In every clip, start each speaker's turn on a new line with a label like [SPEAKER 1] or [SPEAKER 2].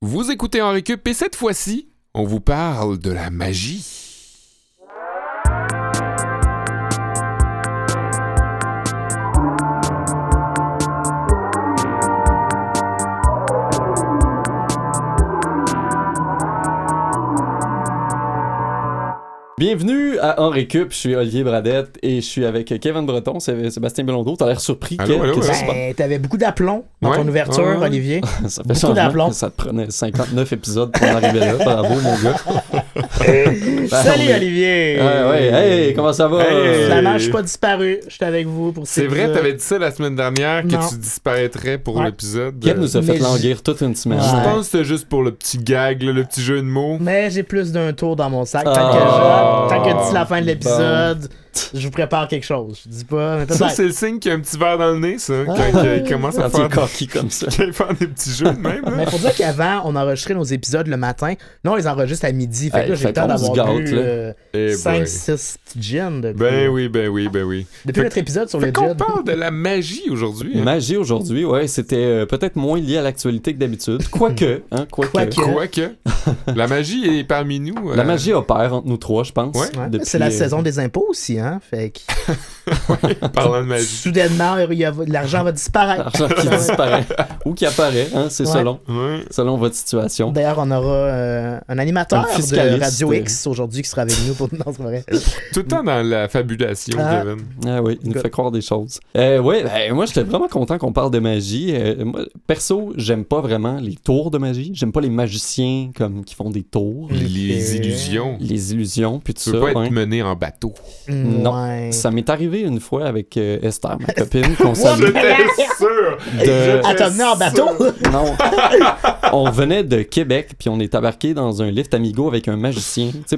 [SPEAKER 1] Vous écoutez en récup et cette fois-ci, on vous parle de la magie.
[SPEAKER 2] Bienvenue à En Récup, je suis Olivier Bradette et je suis avec Kevin Breton, Sébastien Belondeau. T'as l'air surpris,
[SPEAKER 1] Allô.
[SPEAKER 3] T'avais beaucoup d'aplomb dans ton ouverture, Olivier.
[SPEAKER 2] Ça fait changement que ça te prenait 59 épisodes pour en arriver là. Bravo, mon gars.
[SPEAKER 3] Salut, Olivier!
[SPEAKER 2] Hey, comment ça va?
[SPEAKER 3] Finalement, je suis pas disparu. J'étais avec vous pour
[SPEAKER 1] C'est vrai, t'avais dit ça la semaine dernière, que
[SPEAKER 3] Non.
[SPEAKER 1] tu disparaîtrais pour l'épisode.
[SPEAKER 2] Kev nous a fait languir toute une semaine.
[SPEAKER 1] Je pense que c'était juste pour le petit gag, là, le petit jeu de mots.
[SPEAKER 3] Mais j'ai plus d'un tour dans mon sac. Tant que d'ici la fin de l'épisode, je vous prépare quelque chose. Je dis pas, mais
[SPEAKER 1] Ça,
[SPEAKER 3] peut-être.
[SPEAKER 1] c'est le signe qu'il y a un petit verre dans le nez, ça. Quand il commence à
[SPEAKER 2] Quand il est coquille comme ça.
[SPEAKER 1] faire des petits jeux de même. Là.
[SPEAKER 3] Mais faut dire qu'avant, on enregistrait nos épisodes le matin. Nous, on les enregistre à midi. Fait que là, j'ai le temps
[SPEAKER 2] qu'on se
[SPEAKER 3] d'avoir
[SPEAKER 2] gâte,
[SPEAKER 3] bu
[SPEAKER 1] Eh
[SPEAKER 3] 5-6 gins depuis,
[SPEAKER 1] Ben oui.
[SPEAKER 3] depuis notre épisode sur
[SPEAKER 1] Fait
[SPEAKER 3] le
[SPEAKER 1] qu'on
[SPEAKER 3] gin.
[SPEAKER 1] parle de la magie aujourd'hui. Hein.
[SPEAKER 2] Magie aujourd'hui, ouais, c'était peut-être moins lié à l'actualité que d'habitude. Quoique.
[SPEAKER 1] Quoique. La magie est parmi nous.
[SPEAKER 2] La magie opère entre nous trois, je pense.
[SPEAKER 1] Ouais.
[SPEAKER 3] Ouais,
[SPEAKER 2] depuis,
[SPEAKER 3] c'est la saison des impôts aussi, hein. Fait que
[SPEAKER 1] Parlant de magie.
[SPEAKER 3] soudainement, l'argent va disparaître.
[SPEAKER 2] L'argent qui disparaît ou qui apparaît, hein, c'est
[SPEAKER 3] Ouais.
[SPEAKER 2] selon votre situation.
[SPEAKER 3] D'ailleurs, on aura un animateur
[SPEAKER 2] Un
[SPEAKER 3] de
[SPEAKER 2] fiscaliste.
[SPEAKER 3] Radio X aujourd'hui qui sera avec nous pour non, c'est vrai.
[SPEAKER 1] Tout le temps dans la fabulation, Kevin.
[SPEAKER 2] Ah oui, il nous fait croire des choses. Moi j'étais vraiment content qu'on parle de magie. Moi, perso, j'aime pas vraiment les tours de magie. J'aime pas les magiciens qui font des tours.
[SPEAKER 1] Les illusions.
[SPEAKER 2] Les illusions, puis tout
[SPEAKER 1] Tu
[SPEAKER 2] ça.
[SPEAKER 1] peux pas
[SPEAKER 2] ouais.
[SPEAKER 1] être mené en bateau.
[SPEAKER 2] Non.
[SPEAKER 3] Ouais.
[SPEAKER 2] Ça m'est arrivé une fois avec Esther, ma copine, qu'on salue.
[SPEAKER 1] J'étais sûr!
[SPEAKER 3] Ah, t'as venu en bateau?
[SPEAKER 2] Non. On venait de Québec, puis on est embarqué dans un lift Amigo avec un magicien. Tu sais,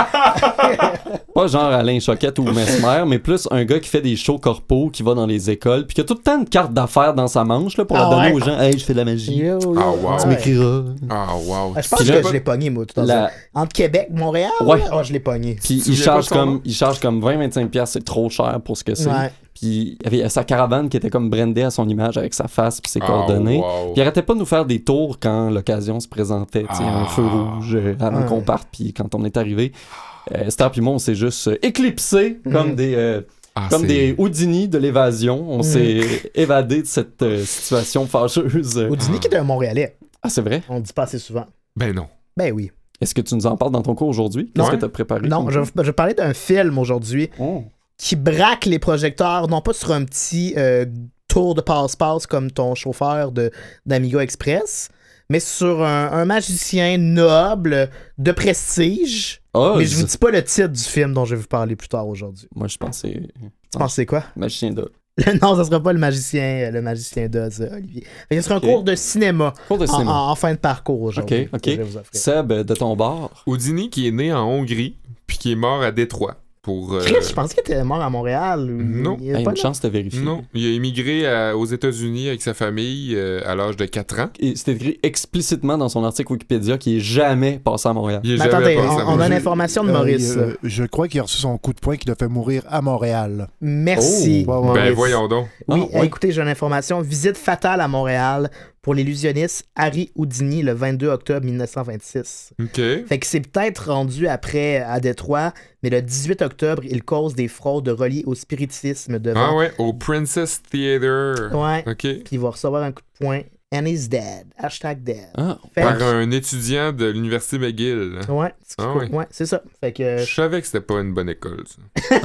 [SPEAKER 2] pas genre Alain Choquette ou Mesmer, mais plus un gars qui fait des shows corpos, qui va dans les écoles, puis qui a tout le temps une carte d'affaires dans sa manche là, pour la donner aux gens. Hey, je fais de la magie.
[SPEAKER 3] Yo, yo.
[SPEAKER 1] Ah, wow.
[SPEAKER 2] Tu m'écriras.
[SPEAKER 1] Ah, wow.
[SPEAKER 3] Je pense
[SPEAKER 2] Puis
[SPEAKER 3] que
[SPEAKER 2] là,
[SPEAKER 3] je l'ai pogné, moi, tout à
[SPEAKER 2] La-
[SPEAKER 3] l'heure. Entre Québec et Montréal,
[SPEAKER 2] Ouais.
[SPEAKER 3] là, je l'ai pogné.
[SPEAKER 2] Puis
[SPEAKER 1] Tu souviens pas de son nom?
[SPEAKER 2] il charge comme 20-25$, c'est trop cher pour ce que c'est.
[SPEAKER 3] Ouais.
[SPEAKER 2] Puis il y avait sa caravane qui était comme brandée à son image avec sa face puis ses coordonnées.
[SPEAKER 1] Wow.
[SPEAKER 2] Puis il arrêtait pas de nous faire des tours quand l'occasion se présentait, tu sais, un feu rouge avant
[SPEAKER 3] Ouais.
[SPEAKER 2] qu'on parte. Puis quand on est arrivé, Esther puis moi, on s'est juste éclipsés comme des Houdini de l'évasion. On s'est évadé de cette situation fâcheuse.
[SPEAKER 3] Houdini qui est un Montréalais.
[SPEAKER 2] Ah, c'est vrai?
[SPEAKER 3] On le dit pas assez souvent.
[SPEAKER 1] Ben non.
[SPEAKER 3] Ben oui.
[SPEAKER 2] Est-ce que tu nous en parles dans ton cours aujourd'hui? Qu'est-ce que tu as préparé?
[SPEAKER 3] Non, je vais parler d'un film aujourd'hui
[SPEAKER 2] Oh.
[SPEAKER 3] qui braque les projecteurs, non pas sur un petit tour de passe-passe comme ton chauffeur d'Amigo Express, mais sur un magicien noble de prestige.
[SPEAKER 2] Oz.
[SPEAKER 3] Mais je vous dis pas le titre du film dont je vais vous parler plus tard aujourd'hui.
[SPEAKER 2] Moi, je pensais...
[SPEAKER 3] Tu penses c'est quoi?
[SPEAKER 2] Magicien d'Oz.
[SPEAKER 3] Non, ça sera pas le magicien d'Oz, Olivier. Fait que ce sera un cours de cinéma,
[SPEAKER 2] Cours de cinéma.
[SPEAKER 3] en fin de parcours aujourd'hui.
[SPEAKER 2] OK.
[SPEAKER 3] que je vais vous offrir.
[SPEAKER 2] Seb, de ton bord.
[SPEAKER 1] Houdini qui est né en Hongrie, puis qui est mort à Détroit. Pour,
[SPEAKER 3] Chris, je pensais qu'il était mort à Montréal.
[SPEAKER 1] Non.
[SPEAKER 3] Il est
[SPEAKER 2] Hey,
[SPEAKER 3] pas
[SPEAKER 2] une
[SPEAKER 3] là.
[SPEAKER 2] chance de vérifier.
[SPEAKER 1] Non, il a émigré aux États-Unis avec sa famille à l'âge de 4 ans.
[SPEAKER 2] Et c'est écrit explicitement dans son article Wikipédia qu'il est jamais passé à Montréal.
[SPEAKER 1] Il est
[SPEAKER 3] Mais
[SPEAKER 1] jamais
[SPEAKER 3] attendez,
[SPEAKER 1] passé à
[SPEAKER 3] on a une
[SPEAKER 1] Montréal.
[SPEAKER 3] information de Maurice.
[SPEAKER 4] Je crois qu'il a reçu son coup de poing qui l'a fait mourir à Montréal.
[SPEAKER 3] Merci.
[SPEAKER 4] Oh, ouais, ouais.
[SPEAKER 3] Maurice.
[SPEAKER 1] Ben voyons donc.
[SPEAKER 3] Oui,
[SPEAKER 2] Ah, ouais.
[SPEAKER 3] écoutez, j'ai une information. Visite fatale à Montréal pour l'illusionniste Harry Houdini le 22 octobre 1926.
[SPEAKER 1] OK.
[SPEAKER 3] Fait que c'est peut-être rendu après à Détroit, mais le 18 octobre, il cause des fraudes reliées au spiritisme devant.
[SPEAKER 1] Ah ouais, au Princess Theater.
[SPEAKER 3] Ouais.
[SPEAKER 1] OK.
[SPEAKER 3] Puis il va recevoir un coup de poing. And he's dead. Hashtag dead.
[SPEAKER 2] Ah,
[SPEAKER 3] Fait
[SPEAKER 1] Par
[SPEAKER 3] que-
[SPEAKER 1] un étudiant de l'Université McGill.
[SPEAKER 3] Ouais, ouais, c'est ça. Fait que.
[SPEAKER 1] Je savais que c'était pas une bonne école, ça.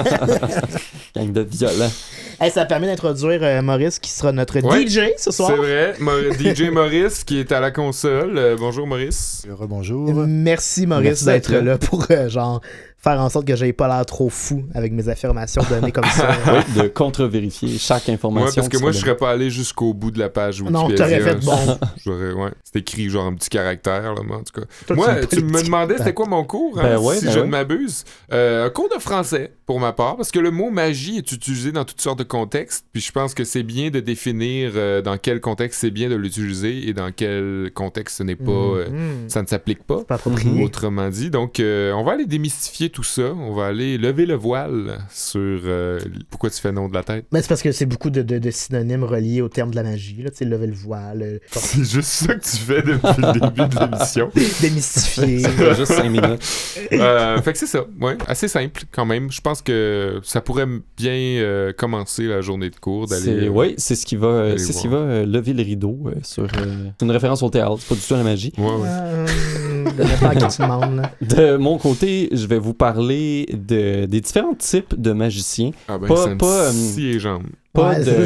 [SPEAKER 2] gang de violents.
[SPEAKER 3] Hey, ça permet d'introduire Maurice qui sera notre
[SPEAKER 1] Ouais,
[SPEAKER 3] DJ ce soir.
[SPEAKER 1] C'est vrai. DJ Maurice qui est à la console. Bonjour Maurice.
[SPEAKER 4] Rebonjour.
[SPEAKER 3] Merci Maurice
[SPEAKER 2] Merci
[SPEAKER 3] d'être
[SPEAKER 2] d'être là.
[SPEAKER 3] là pour genre faire en sorte que j'aie pas l'air trop fou avec mes affirmations données comme ça.
[SPEAKER 2] Oui, de contre-vérifier chaque information.
[SPEAKER 1] Ouais, parce que
[SPEAKER 2] qui
[SPEAKER 1] moi, je
[SPEAKER 2] sera
[SPEAKER 1] serais pas allé jusqu'au bout de la page Wikipédia.
[SPEAKER 3] Non, t'aurais fait bon.
[SPEAKER 1] Ouais. C'est écrit genre un petit caractère, là, mais en tout cas.
[SPEAKER 3] Toi,
[SPEAKER 1] Moi,
[SPEAKER 3] tu
[SPEAKER 1] tu me
[SPEAKER 3] politique.
[SPEAKER 1] demandais c'était quoi mon cours, hein,
[SPEAKER 2] Ben ouais,
[SPEAKER 1] si
[SPEAKER 2] ben
[SPEAKER 1] je
[SPEAKER 2] ouais.
[SPEAKER 1] ne m'abuse. Un cours de français, pour ma part, parce que le mot magie est utilisé dans toutes sortes de contextes, puis je pense que c'est bien de définir dans quel contexte c'est bien de l'utiliser et dans quel contexte ce n'est pas... ça ne s'applique pas.
[SPEAKER 3] Pas approprié.
[SPEAKER 1] Autrement dit. Donc, on va aller démystifier tout ça, on va aller lever le voile sur pourquoi tu fais non de la tête.
[SPEAKER 3] Ben, c'est parce que c'est beaucoup de synonymes reliés au terme de la magie, là, tu sais, lever le voile,
[SPEAKER 1] C'est juste ça que tu fais depuis le début de l'émission.
[SPEAKER 3] démystifier.
[SPEAKER 2] Ça fait juste 5 minutes.
[SPEAKER 1] Fait que c'est ça, ouais, assez simple quand même. Je pense que ça pourrait bien commencer la journée de cours d'aller.
[SPEAKER 2] Oui, c'est ce qui va,
[SPEAKER 1] aller
[SPEAKER 2] c'est ce qui
[SPEAKER 1] voir.
[SPEAKER 2] va lever le rideau sur. C'est une référence au théâtre, c'est pas du tout à la magie.
[SPEAKER 1] Ouais.
[SPEAKER 3] Ça dépend à qui tu demandes, là.
[SPEAKER 2] De mon côté, je vais vous parler des différents types de magiciens.
[SPEAKER 1] Ah ben,
[SPEAKER 2] Pas-
[SPEAKER 1] ça me
[SPEAKER 2] pas,
[SPEAKER 1] scie les jambes.
[SPEAKER 2] Pas
[SPEAKER 3] Ouais,
[SPEAKER 2] de.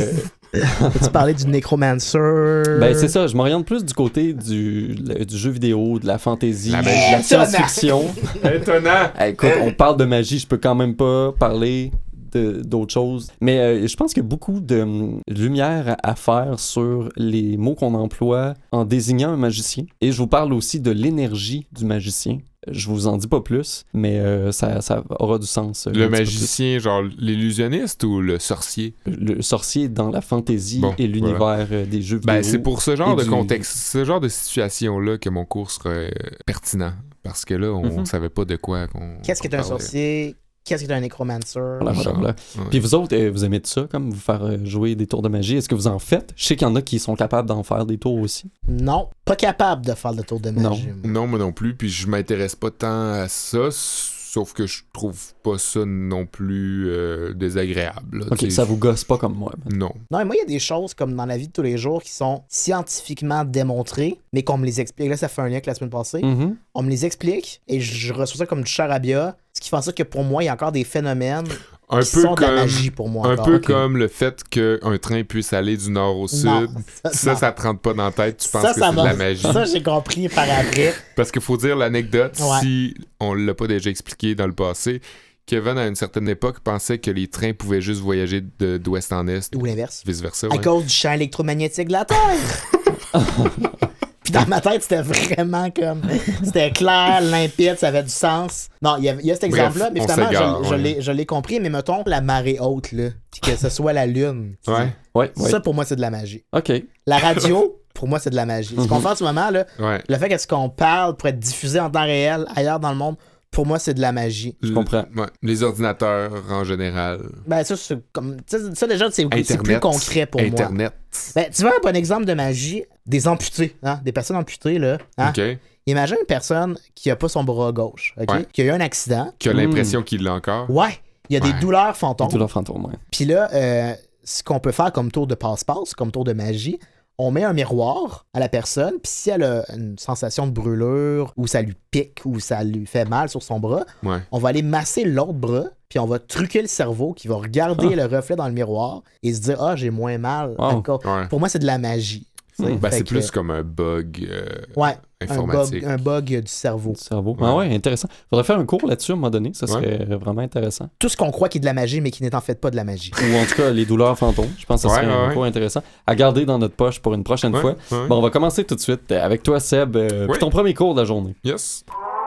[SPEAKER 3] tu parlais du nécromancer.
[SPEAKER 2] Ben c'est ça, je m'oriente plus du côté du jeu vidéo, de la fantasy,
[SPEAKER 1] La
[SPEAKER 2] de
[SPEAKER 1] magie.
[SPEAKER 2] la science-fiction.
[SPEAKER 1] Étonnant!
[SPEAKER 2] Écoute, on parle de magie, je peux quand même pas parler d'autres choses. Mais je pense qu'il y a beaucoup de lumière à faire sur les mots qu'on emploie en désignant un magicien. Et je vous parle aussi de l'énergie du magicien. Je vous en dis pas plus, mais ça aura du sens.
[SPEAKER 1] Le
[SPEAKER 2] un petit peu
[SPEAKER 1] magicien, genre l'illusionniste ou le sorcier?
[SPEAKER 2] plus. Le sorcier dans la fantaisie
[SPEAKER 1] Bon,
[SPEAKER 2] et l'univers des jeux vidéo.
[SPEAKER 1] Ben, c'est pour ce genre
[SPEAKER 2] et
[SPEAKER 1] de
[SPEAKER 2] du-
[SPEAKER 1] contexte, ce genre de situation-là que mon cours serait pertinent. Parce que là, on savait pas de quoi qu'on.
[SPEAKER 3] Qu'est-ce qui est un
[SPEAKER 1] parlait.
[SPEAKER 3] sorcier? Qu'est-ce qui est un nécromancer?
[SPEAKER 2] Voilà,
[SPEAKER 1] Genre,
[SPEAKER 2] voilà.
[SPEAKER 1] ouais.
[SPEAKER 2] Puis vous autres, vous aimez ça, comme vous faire jouer des tours de magie? Est-ce que vous en faites? Je sais qu'il y en a qui sont capables d'en faire des tours aussi.
[SPEAKER 3] Non, pas capable de faire le tour de magie. moi.
[SPEAKER 1] Non, moi non plus. Puis je m'intéresse pas tant à ça. Sauf que je trouve pas ça non plus désagréable. là,
[SPEAKER 2] Ok,
[SPEAKER 1] tu sais.
[SPEAKER 2] ça vous gosse pas comme moi.
[SPEAKER 1] Non.
[SPEAKER 3] Non, mais moi, il y a des choses comme dans la vie de tous les jours qui sont scientifiquement démontrées, mais qu'on me les explique. Là, ça fait un lien avec la semaine passée.
[SPEAKER 2] Mhm.
[SPEAKER 3] On me les explique et je reçois ça comme du charabia, ce qui fait en sorte que pour moi, il y a encore des phénomènes
[SPEAKER 1] Un
[SPEAKER 3] qui
[SPEAKER 1] peu
[SPEAKER 3] sont de la
[SPEAKER 1] comme.
[SPEAKER 3] magie pour moi.
[SPEAKER 1] Un
[SPEAKER 3] encore.
[SPEAKER 1] peu
[SPEAKER 3] Ok.
[SPEAKER 1] comme le fait qu'un train puisse aller du nord au sud.
[SPEAKER 3] Non,
[SPEAKER 1] Ça,
[SPEAKER 3] non.
[SPEAKER 1] ça te rentre pas dans la tête. Tu penses
[SPEAKER 3] Ça,
[SPEAKER 1] que
[SPEAKER 3] ça
[SPEAKER 1] c'est de
[SPEAKER 3] m'a-
[SPEAKER 1] la magie.
[SPEAKER 3] Ça, j'ai compris par après.
[SPEAKER 1] Parce qu'il faut dire l'anecdote,
[SPEAKER 3] Ouais.
[SPEAKER 1] si on l'a pas déjà expliqué dans le passé, Kevin, à une certaine époque, pensait que les trains pouvaient juste voyager d'ouest en est,
[SPEAKER 3] Ou l'inverse.
[SPEAKER 1] vice-versa.
[SPEAKER 3] À
[SPEAKER 1] ouais.
[SPEAKER 3] cause du champ électromagnétique de la Terre. Puis dans ma tête, c'était vraiment comme. C'était clair, limpide, ça avait du sens. Non, il y a cet exemple-là, mais
[SPEAKER 1] on
[SPEAKER 3] finalement,
[SPEAKER 1] s'égare,
[SPEAKER 3] je
[SPEAKER 1] ouais.
[SPEAKER 3] l'ai- je l'ai compris, mais mettons la marée haute, là, puis que ce soit la lune.
[SPEAKER 1] Ouais,
[SPEAKER 2] Ouais, ouais.
[SPEAKER 3] Ça, pour moi, c'est de la magie.
[SPEAKER 2] Ok.
[SPEAKER 3] La radio, pour moi, c'est de la magie. Ce qu'on fait en ce moment, là,
[SPEAKER 1] ouais.
[SPEAKER 3] le fait que ce qu'on parle pour être diffusé en temps réel ailleurs dans le monde, pour moi, c'est de la magie.
[SPEAKER 2] Je comprends.
[SPEAKER 1] Ouais. Les ordinateurs, en général.
[SPEAKER 3] Ben, ça, c'est comme. Ça, déjà, c'est plus
[SPEAKER 1] Internet.
[SPEAKER 3] concret pour moi.
[SPEAKER 1] Internet.
[SPEAKER 3] Ben, tu veux un bon exemple de magie? Des amputés, hein? Des personnes amputées, là. Hein?
[SPEAKER 1] OK.
[SPEAKER 3] Imagine une personne qui a pas son bras gauche, OK?
[SPEAKER 1] Ouais.
[SPEAKER 3] Qui a eu un accident.
[SPEAKER 1] Qui a l'impression qu'il l'a encore.
[SPEAKER 3] Ouais, il y a des
[SPEAKER 1] Ouais.
[SPEAKER 3] douleurs fantômes.
[SPEAKER 2] Tout leur fantôme, ouais.
[SPEAKER 3] Puis là, ce qu'on peut faire comme tour de passe-passe, comme tour de magie, on met un miroir à la personne, puis si elle a une sensation de brûlure, ou ça lui pique, ou ça lui fait mal sur son bras,
[SPEAKER 1] Ouais.
[SPEAKER 3] on va aller masser l'autre bras, puis on va truquer le cerveau qui va regarder le reflet dans le miroir et se dire « Ah, j'ai moins mal.
[SPEAKER 2] Wow.
[SPEAKER 3] Pour moi, c'est de la magie. Tu sais,
[SPEAKER 1] Ben,
[SPEAKER 3] fait
[SPEAKER 1] c'est
[SPEAKER 3] que-
[SPEAKER 1] plus comme un bug
[SPEAKER 3] Ouais,
[SPEAKER 1] informatique.
[SPEAKER 3] un bug du cerveau.
[SPEAKER 2] Du cerveau.
[SPEAKER 1] Ouais.
[SPEAKER 2] Ah ouais, intéressant. Faudrait faire un cours là-dessus à un moment donné, ça serait vraiment intéressant.
[SPEAKER 3] Tout ce qu'on croit qui est de la magie, mais qui n'est en fait pas de la magie.
[SPEAKER 2] Ou en tout cas, les douleurs fantômes. Je pense que ça
[SPEAKER 1] Ouais,
[SPEAKER 2] serait un
[SPEAKER 1] ouais.
[SPEAKER 2] cours intéressant à garder dans notre poche pour une prochaine
[SPEAKER 1] Ouais,
[SPEAKER 2] fois.
[SPEAKER 1] ouais.
[SPEAKER 2] Bon, on va commencer tout de suite avec toi, Seb,
[SPEAKER 1] Oui.
[SPEAKER 2] pour ton premier cours de la journée.
[SPEAKER 1] Yes.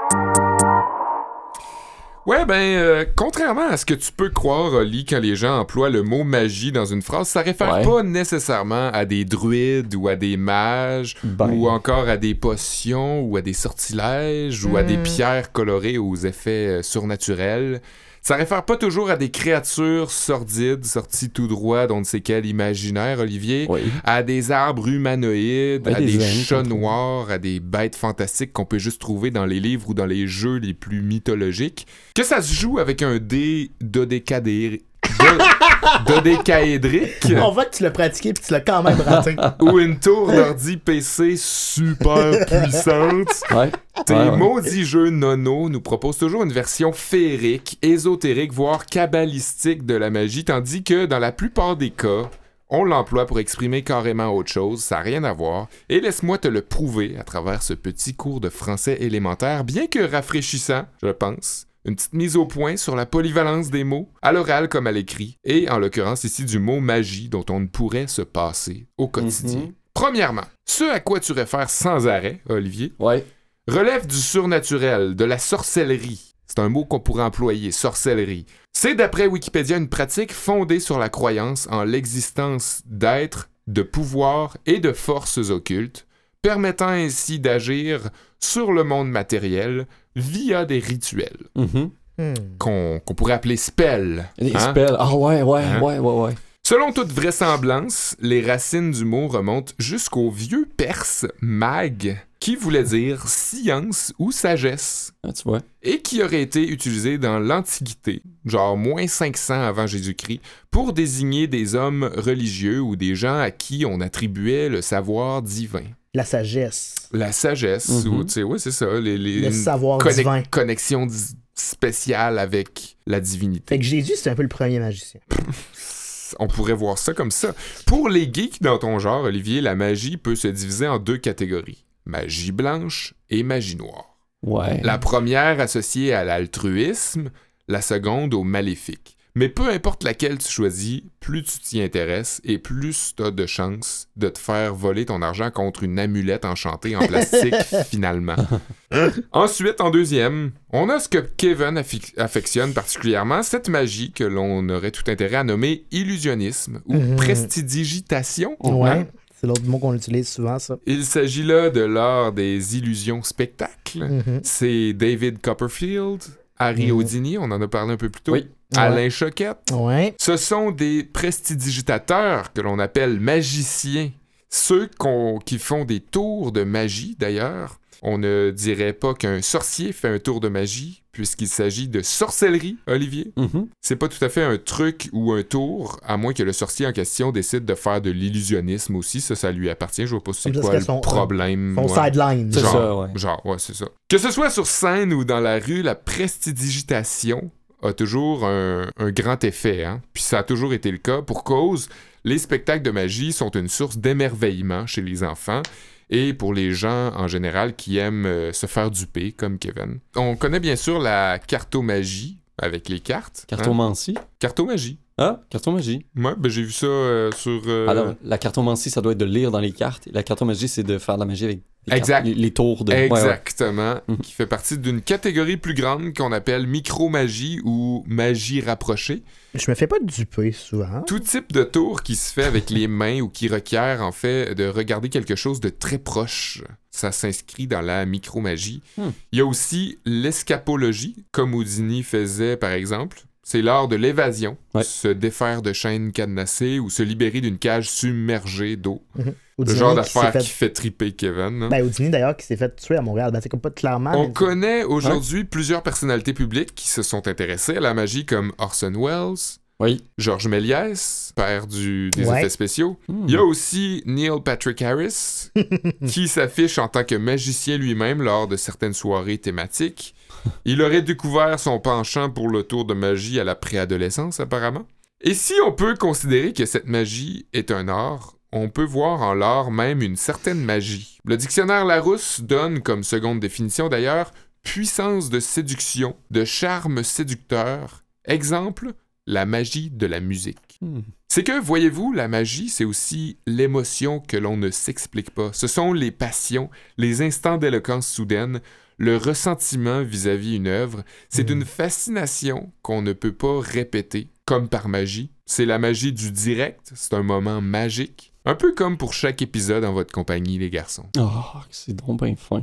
[SPEAKER 1] Ouais, ben, contrairement à ce que tu peux croire, Oli, quand les gens emploient le mot magie dans une phrase, ça réfère
[SPEAKER 2] Ouais.
[SPEAKER 1] pas nécessairement à des druides ou à des mages
[SPEAKER 2] Ben.
[SPEAKER 1] ou encore à des potions ou à des sortilèges ou à des pierres colorées aux effets surnaturels. Ça réfère pas toujours à des créatures sordides sorties tout droit d'on ne sait quel imaginaire, Olivier,
[SPEAKER 2] Oui.
[SPEAKER 1] à des arbres humanoïdes,
[SPEAKER 2] Ouais,
[SPEAKER 1] à
[SPEAKER 2] des
[SPEAKER 1] des
[SPEAKER 2] ânes,
[SPEAKER 1] chats
[SPEAKER 2] qu'on trouve.
[SPEAKER 1] noirs, à des bêtes fantastiques qu'on peut juste trouver dans les livres ou dans les jeux les plus mythologiques. Que ça se joue avec un dé dodécaédrique
[SPEAKER 3] On voit que tu l'as pratiqué puis tu l'as quand même raté.
[SPEAKER 1] ou une tour d'ordi PC super puissante.
[SPEAKER 2] Ouais.
[SPEAKER 1] Tes
[SPEAKER 2] Ouais, ouais.
[SPEAKER 1] maudits jeux nono nous proposent toujours une version féerique, ésotérique, voire kabbalistique de la magie, tandis que dans la plupart des cas, on l'emploie pour exprimer carrément autre chose, ça n'a rien à voir. Et laisse-moi te le prouver à travers ce petit cours de français élémentaire, bien que rafraîchissant, je pense. Une petite mise au point sur la polyvalence des mots, à l'oral comme à l'écrit, et en l'occurrence ici du mot magie dont on ne pourrait se passer au quotidien.
[SPEAKER 2] Mhm.
[SPEAKER 1] Premièrement, ce à quoi tu réfères sans arrêt, Olivier,
[SPEAKER 2] Ouais.
[SPEAKER 1] relève du surnaturel, de la sorcellerie. C'est un mot qu'on pourrait employer, sorcellerie. C'est d'après Wikipédia une pratique fondée sur la croyance en l'existence d'êtres, de pouvoirs et de forces occultes, permettant ainsi d'agir sur le monde matériel via des rituels.
[SPEAKER 2] Mhm.
[SPEAKER 1] qu'on pourrait appeler spell.
[SPEAKER 2] Les
[SPEAKER 1] hein?
[SPEAKER 2] spells. Ah ouais.
[SPEAKER 1] Hein? Selon toute vraisemblance, les racines du mot remontent jusqu'au vieux perse mag, qui voulait dire science ou sagesse,
[SPEAKER 2] Ah, tu vois.
[SPEAKER 1] et qui aurait été utilisé dans l'Antiquité, genre moins 500 avant Jésus-Christ, pour désigner des hommes religieux ou des gens à qui on attribuait le savoir divin.
[SPEAKER 3] La sagesse.
[SPEAKER 1] La sagesse, ou tu sais, ouais, c'est ça,
[SPEAKER 3] Le savoir divin.
[SPEAKER 1] connexion spéciale avec la divinité.
[SPEAKER 3] Fait que Jésus, c'est un peu le premier magicien.
[SPEAKER 1] On pourrait voir ça comme ça. Pour les geeks dans ton genre, Olivier, la magie peut se diviser en 2 catégories. Magie blanche et magie noire.
[SPEAKER 2] Ouais.
[SPEAKER 1] La première associée à l'altruisme, la seconde au maléfique. Mais peu importe laquelle tu choisis, plus tu t'y intéresses et plus tu as de chances de te faire voler ton argent contre une amulette enchantée en plastique, finalement. Ensuite, en deuxième, on a ce que Kevin affectionne particulièrement, cette magie que l'on aurait tout intérêt à nommer illusionnisme ou prestidigitation.
[SPEAKER 3] Ouais.
[SPEAKER 1] hein?
[SPEAKER 3] C'est l'autre mot qu'on utilise souvent, ça.
[SPEAKER 1] Il s'agit là de l'art des illusions spectacles. C'est David Copperfield, Harry Houdini, on en a parlé un peu plus tôt,
[SPEAKER 2] Oui.
[SPEAKER 1] Alain Choquette.
[SPEAKER 3] Ouais.
[SPEAKER 1] Ce sont des prestidigitateurs que l'on appelle magiciens. Ceux qui font des tours de magie, d'ailleurs. On ne dirait pas qu'un sorcier fait un tour de magie, puisqu'il s'agit de sorcellerie, Olivier. C'est pas tout à fait un truc ou un tour, à moins que le sorcier en question décide de faire de l'illusionnisme aussi. Ça lui appartient. Je vois pas c'est
[SPEAKER 3] Comme ça
[SPEAKER 1] quoi
[SPEAKER 3] serait
[SPEAKER 1] le
[SPEAKER 3] son
[SPEAKER 1] problème.
[SPEAKER 3] Son
[SPEAKER 1] ouais.
[SPEAKER 3] sideline.
[SPEAKER 2] C'est
[SPEAKER 1] Genre,
[SPEAKER 2] ça, ouais.
[SPEAKER 1] Genre, ouais, c'est ça. Que ce soit sur scène ou dans la rue, la prestidigitation a toujours un grand effet, hein? Puis ça a toujours été le cas. Pour cause, les spectacles de magie sont une source d'émerveillement chez les enfants et pour les gens en général qui aiment se faire duper, comme Kevin. On connaît bien sûr la cartomagie avec les cartes.
[SPEAKER 2] Cartomancie.
[SPEAKER 1] Hein? Cartomagie.
[SPEAKER 2] Ah, cartomagie.
[SPEAKER 1] Ouais, ben j'ai vu ça sur...
[SPEAKER 2] Alors, la cartomancie, ça doit être de lire dans les cartes. Et la cartomagie, c'est de faire de la magie avec les
[SPEAKER 1] Exact.
[SPEAKER 2] cartes, les tours de...
[SPEAKER 1] Exactement. Qui fait partie d'une catégorie plus grande qu'on appelle micromagie ou magie rapprochée.
[SPEAKER 3] Je me fais pas duper souvent.
[SPEAKER 1] Tout type de tour qui se fait avec les mains ou qui requiert en fait de regarder quelque chose de très proche. Ça s'inscrit dans la micromagie. Il y a aussi l'escapologie, comme Houdini faisait par exemple. C'est l'art de l'évasion, se défaire de chaînes cadenassées ou se libérer d'une cage submergée d'eau. Le genre d'affaire qui fait triper Kevin. Hein?
[SPEAKER 3] Ben, Houdini, d'ailleurs, qui s'est fait tuer à Montréal. Ben, c'est comme pas clairement.
[SPEAKER 1] On connaît aujourd'hui plusieurs personnalités publiques qui se sont intéressées à la magie, comme Orson Welles, Georges Méliès, père des effets spéciaux. Il y a aussi Neil Patrick Harris, qui s'affiche en tant que magicien lui-même lors de certaines soirées thématiques. Il aurait découvert son penchant pour le tour de magie à la préadolescence, apparemment. Et si on peut considérer que cette magie est un art, on peut voir en l'art même une certaine magie. Le dictionnaire Larousse donne comme seconde définition d'ailleurs puissance de séduction, de charme séducteur. Exemple, la magie de la musique. C'est que, voyez-vous, la magie, c'est aussi l'émotion que l'on ne s'explique pas. Ce sont les passions, les instants d'éloquence soudaine, le ressentiment vis-à-vis une œuvre. C'est une fascination qu'on ne peut pas répéter, comme par magie. C'est la magie du direct, c'est un moment magique. Un peu comme pour chaque épisode en votre compagnie, les garçons.
[SPEAKER 2] Oh, c'est donc bien fin.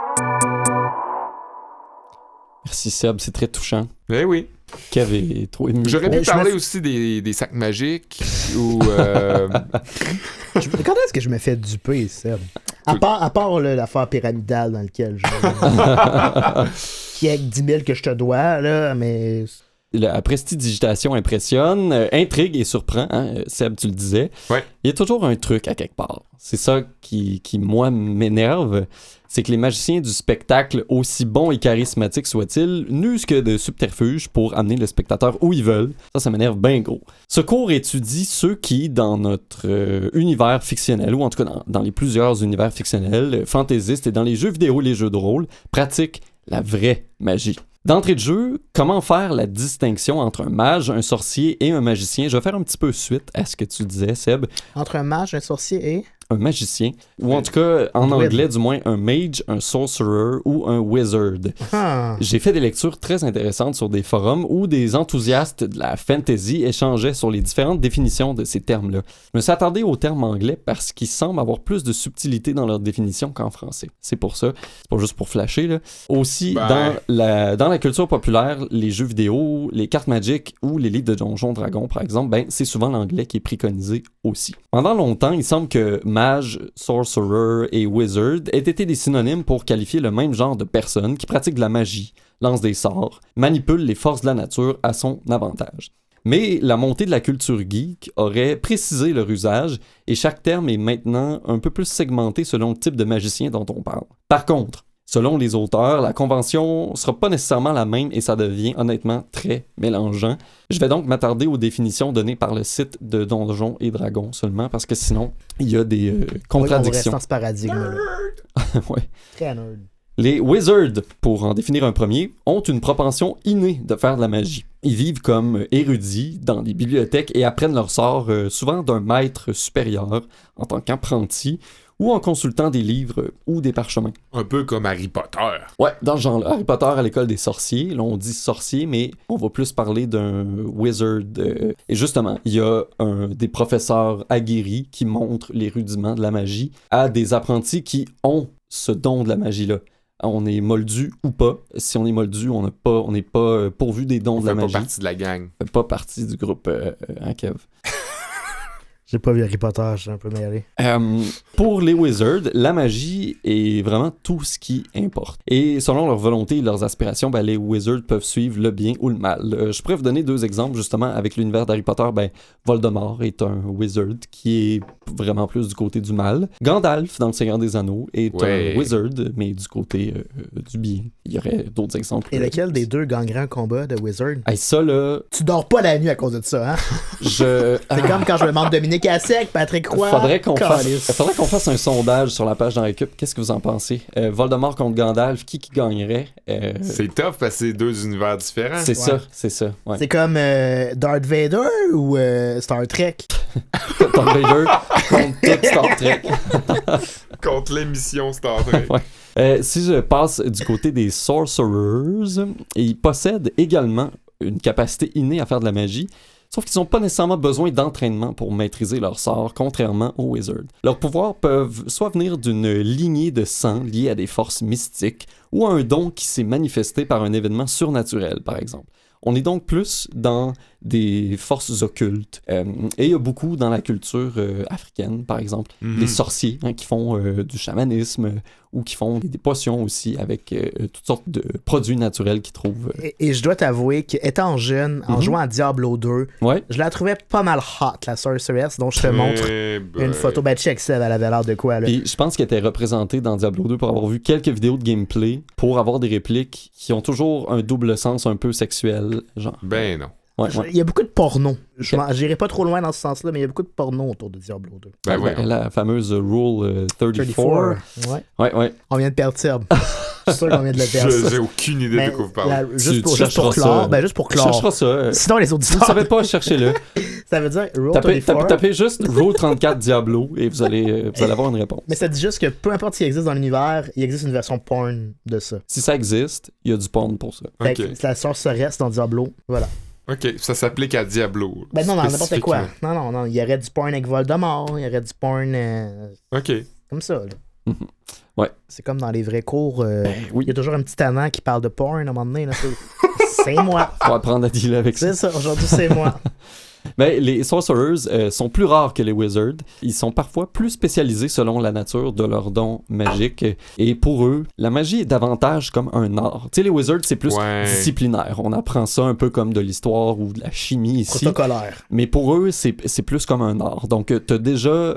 [SPEAKER 2] Merci Seb, c'est très touchant.
[SPEAKER 1] Eh oui.
[SPEAKER 2] Kev est trop ému.
[SPEAKER 1] J'aurais pu parler aussi des sacs magiques ou...
[SPEAKER 3] Quand est-ce que je me fais duper, Seb? À part l'affaire pyramidale dans laquelle qui est avec 10 000 que je te dois, là, mais...
[SPEAKER 2] La prestidigitation impressionne, intrigue et surprend, hein? Seb, tu le disais.
[SPEAKER 1] Ouais.
[SPEAKER 2] Il y a toujours un truc à quelque part. C'est ça qui moi, m'énerve. C'est que les magiciens du spectacle, aussi bons et charismatiques soient-ils, n'usent que de subterfuges pour amener le spectateur où ils veulent. Ça m'énerve bien gros. Ce cours étudie ceux qui, dans notre univers fictionnel, ou en tout cas dans les plusieurs univers fictionnels, fantaisistes et dans les jeux vidéo et les jeux de rôle, pratiquent la vraie magie. D'entrée de jeu, comment faire la distinction entre un mage, un sorcier et un magicien? Je vais faire un petit peu suite à ce que tu disais, Seb.
[SPEAKER 3] Entre un mage, un sorcier et...
[SPEAKER 2] un magicien, ou en tout cas, en anglais du moins, un mage, un sorcerer ou un wizard.
[SPEAKER 3] Ah.
[SPEAKER 2] J'ai fait des lectures très intéressantes sur des forums où des enthousiastes de la fantasy échangeaient sur les différentes définitions de ces termes-là. Je me suis attardé aux termes anglais parce qu'ils semblent avoir plus de subtilité dans leur définition qu'en français. C'est pour ça. C'est pas juste pour flasher, là. Aussi, dans la culture populaire, les jeux vidéo, les cartes magiques ou les livres de Donjons Dragons, par exemple, ben, c'est souvent l'anglais qui est préconisé aussi. Pendant longtemps, il semble que mage, sorcerer et wizard aient été des synonymes pour qualifier le même genre de personnes qui pratiquent de la magie, lancent des sorts, manipulent les forces de la nature à son avantage. Mais la montée de la culture geek aurait précisé leur usage et chaque terme est maintenant un peu plus segmenté selon le type de magicien dont on parle. Par contre, selon les auteurs, la convention sera pas nécessairement la même et ça devient honnêtement très mélangeant. Je vais donc m'attarder aux définitions données par le site de Donjons et Dragons seulement parce que sinon, il y a des contradictions.
[SPEAKER 3] On reste dans ce paradigme-là.
[SPEAKER 2] Ouais.
[SPEAKER 3] Très nerd.
[SPEAKER 2] Les wizards, pour en définir un premier, ont une propension innée de faire de la magie. Ils vivent comme érudits dans des bibliothèques et apprennent leur sort souvent d'un maître supérieur en tant qu'apprenti ou en consultant des livres ou des parchemins.
[SPEAKER 1] Un peu comme Harry Potter.
[SPEAKER 2] Ouais, dans ce genre-là. Harry Potter à l'école des sorciers. Là, on dit sorcier, mais on va plus parler d'un wizard. Et justement, il y a des professeurs aguerris qui montrent les rudiments de la magie à des apprentis qui ont ce don de la magie-là. On est moldu ou pas. Si on est moldu, on n'est pas pourvu des dons de la magie.
[SPEAKER 1] On fait pas partie de la gang.
[SPEAKER 2] On fait pas partie du groupe Kev.
[SPEAKER 3] J'ai pas vu Harry Potter, je suis un peu mêlé.
[SPEAKER 2] Pour les wizards, la magie est vraiment tout ce qui importe. Et selon leur volonté et leurs aspirations, ben, les wizards peuvent suivre le bien ou le mal. Je pourrais vous donner 2 exemples, justement, avec l'univers d'Harry Potter. Ben, Voldemort est un wizard qui est vraiment plus du côté du mal. Gandalf, dans Le Seigneur des Anneaux, est un wizard, mais du côté du bien. Il y aurait d'autres exemples.
[SPEAKER 3] Et lequel des deux gagnerait un combat de wizard?
[SPEAKER 2] Hey, ça, là...
[SPEAKER 3] Tu dors pas la nuit à cause de ça, hein?
[SPEAKER 2] C'est
[SPEAKER 3] comme quand je me demande Dominique Assec, Patrick Roy.
[SPEAKER 2] Faudrait qu'on fasse un sondage sur la page dans Récup. Qu'est-ce que vous en pensez? Voldemort contre Gandalf, qui gagnerait?
[SPEAKER 1] C'est tough parce que c'est 2 univers différents.
[SPEAKER 2] C'est ça. Ouais.
[SPEAKER 3] C'est comme Darth Vader ou Star Trek?
[SPEAKER 2] Darth Vader contre tout Star Trek.
[SPEAKER 1] Contre l'émission Star Trek.
[SPEAKER 2] Ouais. Si je passe du côté des sorcerers, ils possèdent également une capacité innée à faire de la magie. Sauf qu'ils n'ont pas nécessairement besoin d'entraînement pour maîtriser leur sort, contrairement aux wizards. Leurs pouvoirs peuvent soit venir d'une lignée de sang liée à des forces mystiques, ou à un don qui s'est manifesté par un événement surnaturel, par exemple. On est donc plus dans des forces occultes. Et il y a beaucoup dans la culture africaine, par exemple, des sorciers qui font du chamanisme ou qui font des potions aussi avec toutes sortes de produits naturels qu'ils trouvent.
[SPEAKER 3] Et je dois t'avouer qu'étant jeune, en jouant à Diablo 2, je la trouvais pas mal hot, la Sorceress, dont je te montre une photo. Ben, check ça, elle avait l'air de quoi, là?
[SPEAKER 2] Puis je pense qu'elle était représentée dans Diablo 2 pour avoir vu quelques vidéos de gameplay, pour avoir des répliques qui ont toujours un double sens un peu sexuel, genre.
[SPEAKER 1] Ben non.
[SPEAKER 2] Ouais.
[SPEAKER 3] Il y a beaucoup de porno. J'irai pas trop loin dans ce sens-là, mais il y a beaucoup de porno autour de Diablo 2.
[SPEAKER 2] La fameuse Rule 34. Ouais.
[SPEAKER 3] On vient de perdre Seb. Je suis sûr qu'on vient de le perdre.
[SPEAKER 1] J'ai aucune idée de quoi vous parlez.
[SPEAKER 3] Juste pour clore. Ben, juste pour clore.
[SPEAKER 2] Tu chercheras ça.
[SPEAKER 3] Sinon, les auditeurs...
[SPEAKER 2] Vous ne savez pas, cherchez-le.
[SPEAKER 3] Ça veut dire Rule 34.
[SPEAKER 2] Tapez juste Rule 34 Diablo et vous allez avoir une réponse.
[SPEAKER 3] Mais ça dit juste que peu importe ce qui existe dans l'univers, il existe une version porn de ça.
[SPEAKER 2] Si ça existe, il y a du porn pour ça.
[SPEAKER 3] C'est la sorceresse dans Diablo. Voilà.
[SPEAKER 1] OK, ça s'applique à Diablo.
[SPEAKER 3] Ben non, n'importe quoi. Non, il y aurait du porn avec Voldemort, il y aurait du porn...
[SPEAKER 1] OK.
[SPEAKER 3] Comme ça, là.
[SPEAKER 2] Ouais.
[SPEAKER 3] C'est comme dans les vrais cours,
[SPEAKER 2] oui.
[SPEAKER 3] Il y a toujours un petit tannant qui parle de porn à un moment donné. Là, c'est moi.
[SPEAKER 2] Faut apprendre à dealer avec ça.
[SPEAKER 3] C'est ça, aujourd'hui c'est moi.
[SPEAKER 2] Mais les sorcerers sont plus rares que les wizards. Ils sont parfois plus spécialisés selon la nature de leurs dons magiques. Et pour eux, la magie est davantage comme un art. Tu sais, les wizards, c'est plus disciplinaire. On apprend ça un peu comme de l'histoire ou de la chimie ici.
[SPEAKER 3] Protocolaire.
[SPEAKER 2] Mais pour eux, c'est plus comme un art. Donc, t'as déjà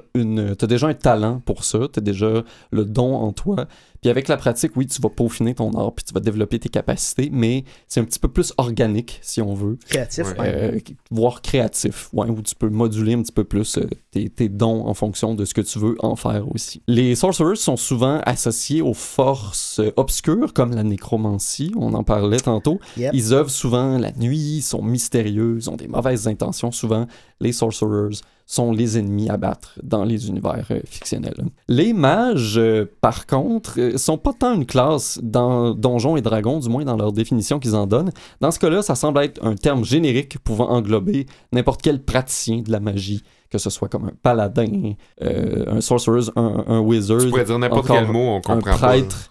[SPEAKER 2] un talent pour ça. T'as déjà le don en toi. Puis avec la pratique, oui, tu vas peaufiner ton art, puis tu vas développer tes capacités, mais c'est un petit peu plus organique, si on veut.
[SPEAKER 3] Créatif,
[SPEAKER 2] voire créatif, où tu peux moduler un petit peu plus tes dons en fonction de ce que tu veux en faire aussi. Les sorcerers sont souvent associés aux forces obscures, comme la nécromancie, on en parlait tantôt.
[SPEAKER 3] Yep.
[SPEAKER 2] Ils œuvrent souvent la nuit, sont mystérieux, ils ont des mauvaises intentions souvent. Les sorcerers sont les ennemis à battre dans les univers fictionnels. Les mages, par contre, sont pas tant une classe dans Donjons et Dragons, du moins dans leur définition qu'ils en donnent. Dans ce cas-là, ça semble être un terme générique pouvant englober n'importe quel praticien de la magie, que ce soit comme un paladin, un sorcerer, un wizard.
[SPEAKER 1] Tu pourrais dire n'importe quel mot, on comprend
[SPEAKER 2] un prêtre.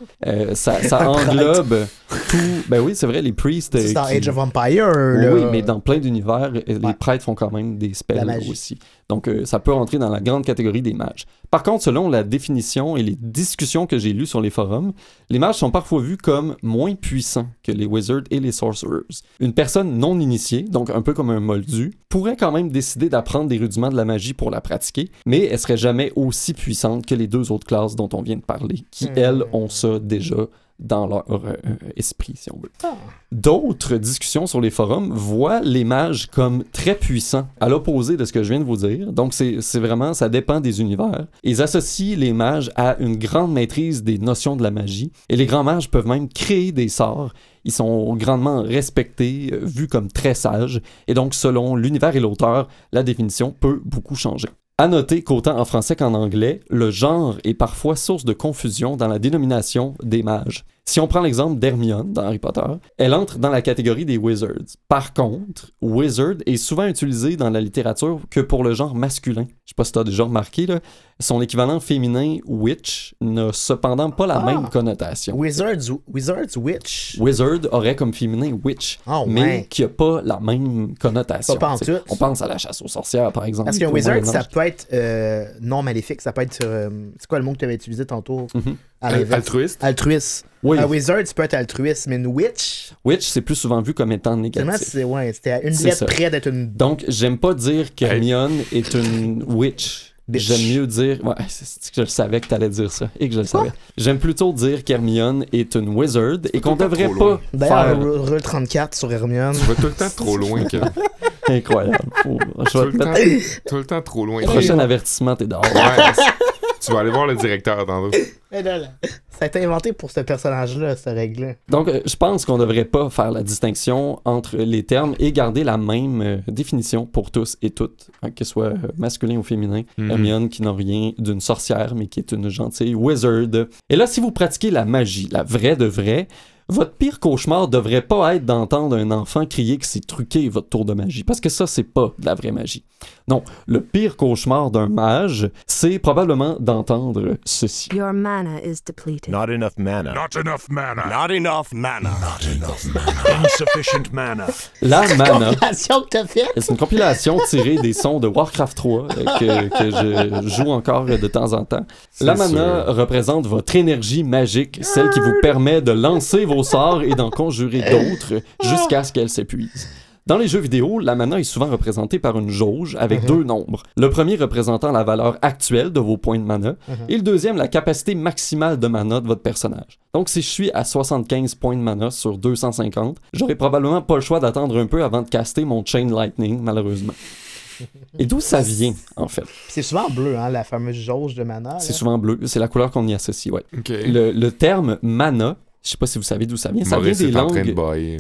[SPEAKER 2] Ça englobe tout. Ben oui, c'est vrai, les priests.
[SPEAKER 3] C'est dans Age of Empire. Là.
[SPEAKER 2] Oui, mais dans plein d'univers, les prêtres font quand même des spells aussi. Donc, ça peut rentrer dans la grande catégorie des mages. Par contre, selon la définition et les discussions que j'ai lues sur les forums, les mages sont parfois vus comme moins puissants que les wizards et les sorcerers. Une personne non initiée, donc un peu comme un moldu, pourrait quand même décider d'apprendre des rudiments de la magie pour la pratiquer, mais elle serait jamais aussi puissante que les deux autres classes dont on vient de parler, qui, elles, ont ça déjà dans leur esprit, si on veut. D'autres discussions sur les forums voient les mages comme très puissants, à l'opposé de ce que je viens de vous dire. Donc, c'est vraiment, ça dépend des univers. Ils associent les mages à une grande maîtrise des notions de la magie, et les grands mages peuvent même créer des sorts. Ils sont grandement respectés, vus comme très sages, et donc, selon l'univers et l'auteur, la définition peut beaucoup changer. À noter qu'autant en français qu'en anglais, le genre est parfois source de confusion dans la dénomination des mages. Si on prend l'exemple d'Hermione dans Harry Potter, elle entre dans la catégorie des wizards. Par contre, wizard est souvent utilisé dans la littérature que pour le genre masculin. Je sais pas si tu as déjà remarqué, là. Son équivalent féminin witch n'a cependant pas la même connotation.
[SPEAKER 3] Wizards witch.
[SPEAKER 2] Wizard aurait comme féminin witch, mais qui a pas la même connotation.
[SPEAKER 3] Pas en tout.
[SPEAKER 2] On pense à la chasse aux sorcières, par exemple.
[SPEAKER 3] Parce qu'un wizard, ça peut être non maléfique, ça peut être... c'est quoi le mot que tu avais utilisé tantôt?
[SPEAKER 1] Altruiste.
[SPEAKER 3] Altruiste.
[SPEAKER 2] Oui.
[SPEAKER 3] Un wizard, ça peut être altruiste, mais une witch...
[SPEAKER 2] Witch, c'est plus souvent vu comme étant négatif.
[SPEAKER 3] C'était à une lettre près d'être une...
[SPEAKER 2] Donc, j'aime pas dire qu'Hermione est une witch. J'aime mieux dire... Ouais, c'est que je le savais que t'allais dire ça. Et que je le savais. J'aime plutôt dire qu'Hermione est une wizard et qu'on devrait pas
[SPEAKER 3] D'ailleurs, Roll 34 sur Hermione.
[SPEAKER 1] Tu vas tout le temps trop loin, Ken.
[SPEAKER 2] Incroyable.
[SPEAKER 1] Tout le temps trop loin.
[SPEAKER 2] Prochain avertissement, t'es dehors.
[SPEAKER 1] Ouais, tu vas aller voir le directeur dans l'autre.
[SPEAKER 3] Ça a été inventé pour ce personnage-là, cette règle-là.
[SPEAKER 2] Donc, je pense qu'on ne devrait pas faire la distinction entre les termes et garder la même définition pour tous et toutes, que ce soit masculin ou féminin. Hermione qui n'a rien d'une sorcière, mais qui est une gentille wizard. Et là, si vous pratiquez la magie, la vraie de vraie, votre pire cauchemar devrait pas être d'entendre un enfant crier que c'est truqué votre tour de magie, parce que ça, c'est pas de la vraie magie. Non, le pire cauchemar d'un mage, c'est probablement d'entendre ceci.
[SPEAKER 5] Your mana is depleted.
[SPEAKER 6] Not enough mana.
[SPEAKER 7] Not enough mana.
[SPEAKER 6] Not enough mana.
[SPEAKER 7] Not enough mana. Insufficient mana.
[SPEAKER 2] La mana,
[SPEAKER 3] Compilation que t'as faite.
[SPEAKER 2] c'est une compilation tirée des sons de Warcraft 3 que je joue encore de temps en temps. La mana représente votre énergie magique, celle qui vous permet de lancer vos sorts et d'en conjurer d'autres jusqu'à ce qu'elle s'épuise. Dans les jeux vidéo, la mana est souvent représentée par une jauge avec deux nombres. Le premier représentant la valeur actuelle de vos points de mana et le deuxième la capacité maximale de mana de votre personnage. Donc si je suis à 75 points de mana sur 250, j'aurai probablement pas le choix d'attendre un peu avant de caster mon Chain Lightning, malheureusement. Et d'où ça vient, en fait?
[SPEAKER 3] C'est souvent bleu, hein, la fameuse jauge de mana.
[SPEAKER 2] C'est souvent bleu, c'est la couleur qu'on y associe, ouais.
[SPEAKER 1] Okay.
[SPEAKER 2] Le terme mana, je sais pas si vous savez d'où ça vient. Ça
[SPEAKER 1] Maurice
[SPEAKER 2] vient des
[SPEAKER 1] est en train de
[SPEAKER 2] langues.
[SPEAKER 1] bailler.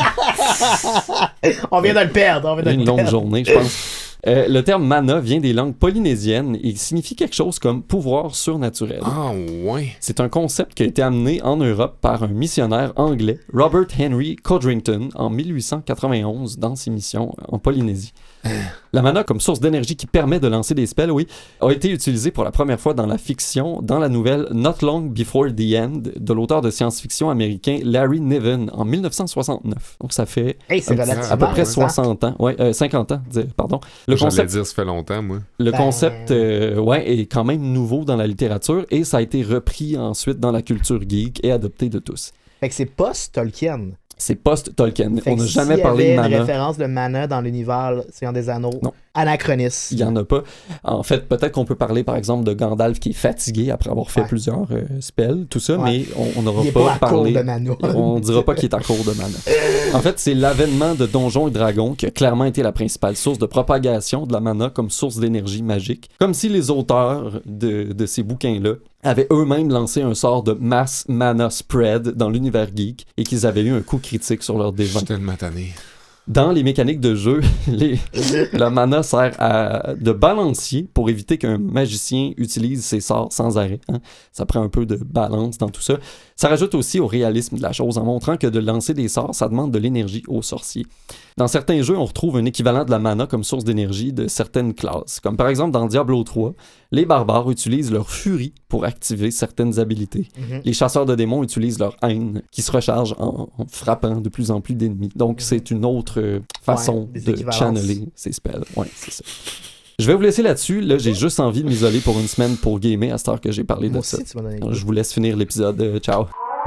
[SPEAKER 3] On vient de le perdre.
[SPEAKER 2] Une longue journée, je pense. Le terme mana vient des langues polynésiennes et il signifie quelque chose comme pouvoir surnaturel.
[SPEAKER 1] Ah ouais.
[SPEAKER 2] C'est un concept qui a été amené en Europe par un missionnaire anglais, Robert Henry Codrington, en 1891 dans ses missions en Polynésie. La mana comme source d'énergie qui permet de lancer des spells, oui, a été utilisée pour la première fois dans la fiction dans la nouvelle Not Long Before the End de l'auteur de science-fiction américain Larry Niven en 1969. Donc ça fait à peu près 60 ans, 50 ans, pardon.
[SPEAKER 1] J'allais dire ça fait longtemps, moi.
[SPEAKER 2] Le concept est quand même nouveau dans la littérature et ça a été repris ensuite dans la culture geek et adopté de tous.
[SPEAKER 3] Fait que c'est post-Tolkien.
[SPEAKER 2] C'est post-Tolkien.
[SPEAKER 3] Fait
[SPEAKER 2] On n'a
[SPEAKER 3] que
[SPEAKER 2] jamais
[SPEAKER 3] s'il y
[SPEAKER 2] parlé de
[SPEAKER 3] avait une
[SPEAKER 2] mana.
[SPEAKER 3] référence de mana dans l'univers Seigneur des Anneaux.
[SPEAKER 2] Non.
[SPEAKER 3] Anachronisme.
[SPEAKER 2] Il n'y en a pas. En fait, peut-être qu'on peut parler, par exemple, de Gandalf qui est fatigué après avoir fait plusieurs spells, tout ça, mais on n'aura pas parlé. On dira pas qu'il est à court de mana. En fait, c'est l'avènement de Donjons et Dragons qui a clairement été la principale source de propagation de la mana comme source d'énergie magique. Comme si les auteurs de ces bouquins-là avaient eux-mêmes lancé un sort de mass mana spread dans l'univers geek et qu'ils avaient eu un coup critique sur leur
[SPEAKER 1] Je
[SPEAKER 2] dévent.
[SPEAKER 1] suis tellement tanné.
[SPEAKER 2] Dans les mécaniques de jeu, le mana sert de balancier pour éviter qu'un magicien utilise ses sorts sans arrêt. Hein. Ça prend un peu de balance dans tout ça. Ça rajoute aussi au réalisme de la chose en montrant que de lancer des sorts, ça demande de l'énergie aux sorciers. Dans certains jeux, on retrouve un équivalent de la mana comme source d'énergie de certaines classes. Comme par exemple dans Diablo 3, les barbares utilisent leur furie pour activer certaines habilités. Les chasseurs de démons utilisent leur haine qui se recharge en frappant de plus en plus d'ennemis. Donc c'est une autre façon de channeler ces spells. Ouais, c'est ça. Je vais vous laisser là-dessus. Là, j'ai juste envie de m'isoler pour une semaine pour gamer à cette heure que j'ai parlé de ça. Je vous laisse finir l'épisode. Ciao.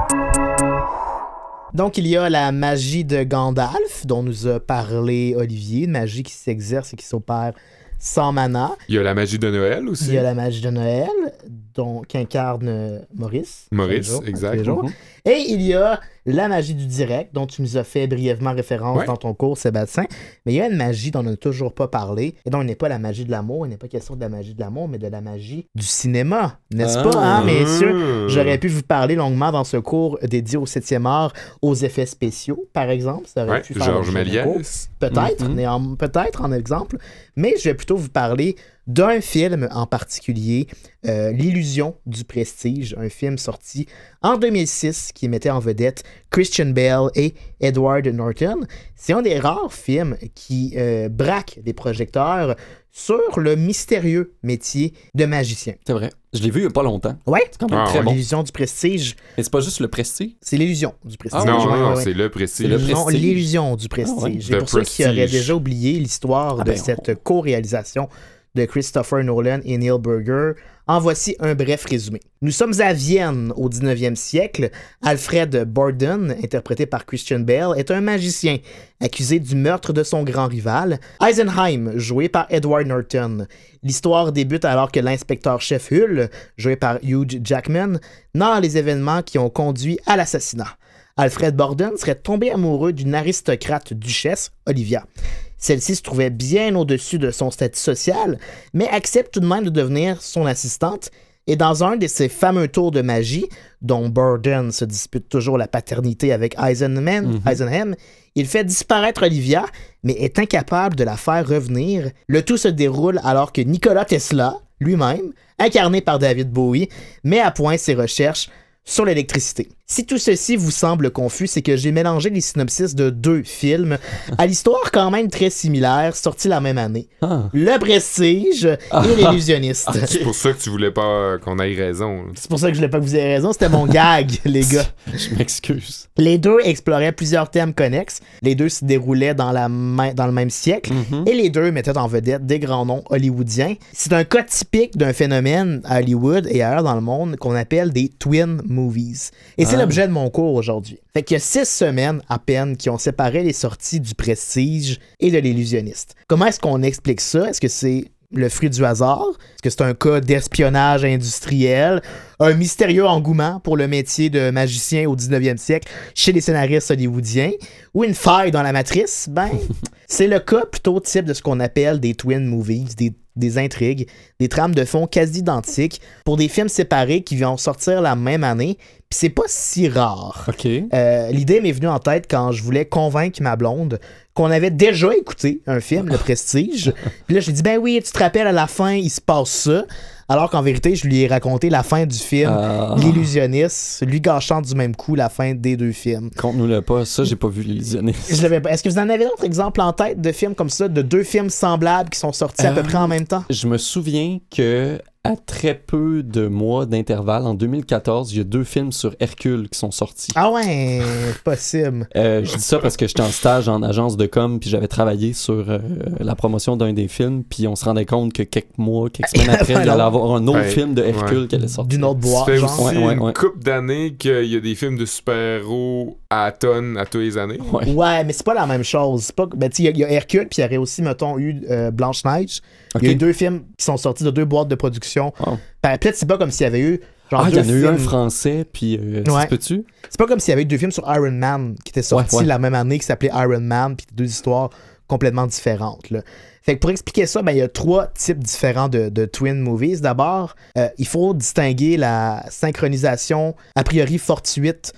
[SPEAKER 3] Donc, il y a la magie de Gandalf, dont nous a parlé Olivier, une magie qui s'exerce et qui s'opère sans mana.
[SPEAKER 1] Il y a la magie de Noël aussi.
[SPEAKER 3] Il y a la magie de Noël, qu'incarne Maurice.
[SPEAKER 1] Maurice, exact.
[SPEAKER 3] Et il y a la magie du direct, dont tu nous as fait brièvement référence dans ton cours, Sébastien. Mais il y a une magie dont on n'a toujours pas parlé, et dont il n'est pas la magie de l'amour, il n'est pas question de la magie de l'amour, mais de la magie du cinéma, n'est-ce pas, hein, messieurs? J'aurais pu vous parler longuement dans ce cours dédié au 7e art, aux effets spéciaux, par exemple. Ça aurait pu faire
[SPEAKER 1] Georges Méliès.
[SPEAKER 3] Peut-être, peut-être en exemple, mais je vais plutôt vous parler d'un film en particulier, L'illusion du prestige, un film sorti en 2006 qui mettait en vedette Christian Bale et Edward Norton. C'est un des rares films qui braque des projecteurs sur le mystérieux métier de magicien.
[SPEAKER 2] C'est vrai. Je l'ai vu il n'y a pas longtemps.
[SPEAKER 3] Ouais,
[SPEAKER 2] c'est quand même très bon.
[SPEAKER 3] L'illusion du prestige.
[SPEAKER 2] Mais c'est pas juste le prestige?
[SPEAKER 3] C'est l'illusion du prestige.
[SPEAKER 1] Non, c'est le prestige.
[SPEAKER 3] Non, l'illusion du prestige. Et pour ceux qui auraient déjà oublié l'histoire de cette co-réalisation de Christopher Nolan et Neil Burger, en voici un bref résumé. Nous sommes à Vienne au 19e siècle. Alfred Borden, interprété par Christian Bale, est un magicien accusé du meurtre de son grand rival, Eisenheim, joué par Edward Norton. L'histoire débute alors que l'inspecteur-chef Hull, joué par Hugh Jackman, narre les événements qui ont conduit à l'assassinat. Alfred Borden serait tombé amoureux d'une aristocrate duchesse, Olivia. Celle-ci se trouvait bien au-dessus de son statut social, mais accepte tout de même de devenir son assistante. Et dans un de ses fameux tours de magie, dont Borden se dispute toujours la paternité avec Eisenheim, il fait disparaître Olivia, mais est incapable de la faire revenir. Le tout se déroule alors que Nikola Tesla, lui-même, incarné par David Bowie, met à point ses recherches sur l'électricité. Si tout ceci vous semble confus, c'est que j'ai mélangé les synopsis de deux films à l'histoire quand même très similaire, sortis la même année. Le Prestige et L'Illusionniste.
[SPEAKER 1] C'est pour ça que tu voulais pas qu'on ait raison.
[SPEAKER 3] C'est pour ça que je voulais pas que vous ayez raison, c'était mon gag, les gars.
[SPEAKER 2] Je m'excuse.
[SPEAKER 3] Les deux exploraient plusieurs thèmes connexes, les deux se déroulaient dans le même siècle, et les deux mettaient en vedette des grands noms hollywoodiens. C'est un cas typique d'un phénomène à Hollywood et ailleurs dans le monde qu'on appelle des twin movies. Et c'est l'objet de mon cours aujourd'hui. Fait qu'il y a 6 semaines à peine qui ont séparé les sorties du Prestige et de L'Illusionniste. Comment est-ce qu'on explique ça? Est-ce que c'est le fruit du hasard? Est-ce que c'est un cas d'espionnage industriel? Un mystérieux engouement pour le métier de magicien au 19e siècle chez les scénaristes hollywoodiens? Ou une faille dans la matrice? Ben, c'est le cas plutôt type de ce qu'on appelle des twin movies, des intrigues, des trames de fond quasi identiques pour des films séparés qui vont sortir la même année. Puis c'est pas si rare. L'idée m'est venue en tête quand je voulais convaincre ma blonde qu'on avait déjà écouté un film, Le Prestige. Puis là, j'ai dit, ben oui, tu te rappelles, à la fin, il se passe ça. Alors qu'en vérité, je lui ai raconté la fin du film, L'Illusionniste, lui gâchant du même coup la fin des deux films.
[SPEAKER 2] Conte-nous-le pas, ça, j'ai pas vu L'Illusionniste.
[SPEAKER 3] Est-ce que vous en avez d'autres exemples en tête de films comme ça, de deux films semblables qui sont sortis à peu près en même temps?
[SPEAKER 2] Je me souviens que à très peu de mois d'intervalle, en 2014, il y a 2 films sur Hercule qui sont sortis.
[SPEAKER 3] Ah ouais, possible.
[SPEAKER 2] Je dis ça parce que j'étais en stage en agence de com, puis j'avais travaillé sur la promotion d'un des films, puis on se rendait compte que quelques semaines après, il allait avoir un autre film de Hercule qui allait sortir.
[SPEAKER 3] D'une autre boîte,
[SPEAKER 1] ça fait aussi une couple d'années qu'il y a des films de super-héros à tonnes à tous les années.
[SPEAKER 3] Ouais, mais c'est pas la même chose. Il y a Hercule, puis il y aurait aussi, mettons, eu Blanche-Neige. Il y a eu 2 films qui sont sortis de 2 boîtes de production. Peut-être c'est pas comme s'il y avait eu genre
[SPEAKER 2] il y en a eu un français, puis peux-tu?
[SPEAKER 3] C'est pas comme s'il y avait eu 2 films sur Iron Man qui étaient sortis la même année, qui s'appelaient Iron Man, puis 2 histoires complètement différentes. Là. Fait que pour expliquer ça, il y a 3 types différents de twin movies. D'abord, il faut distinguer la synchronisation a priori fortuite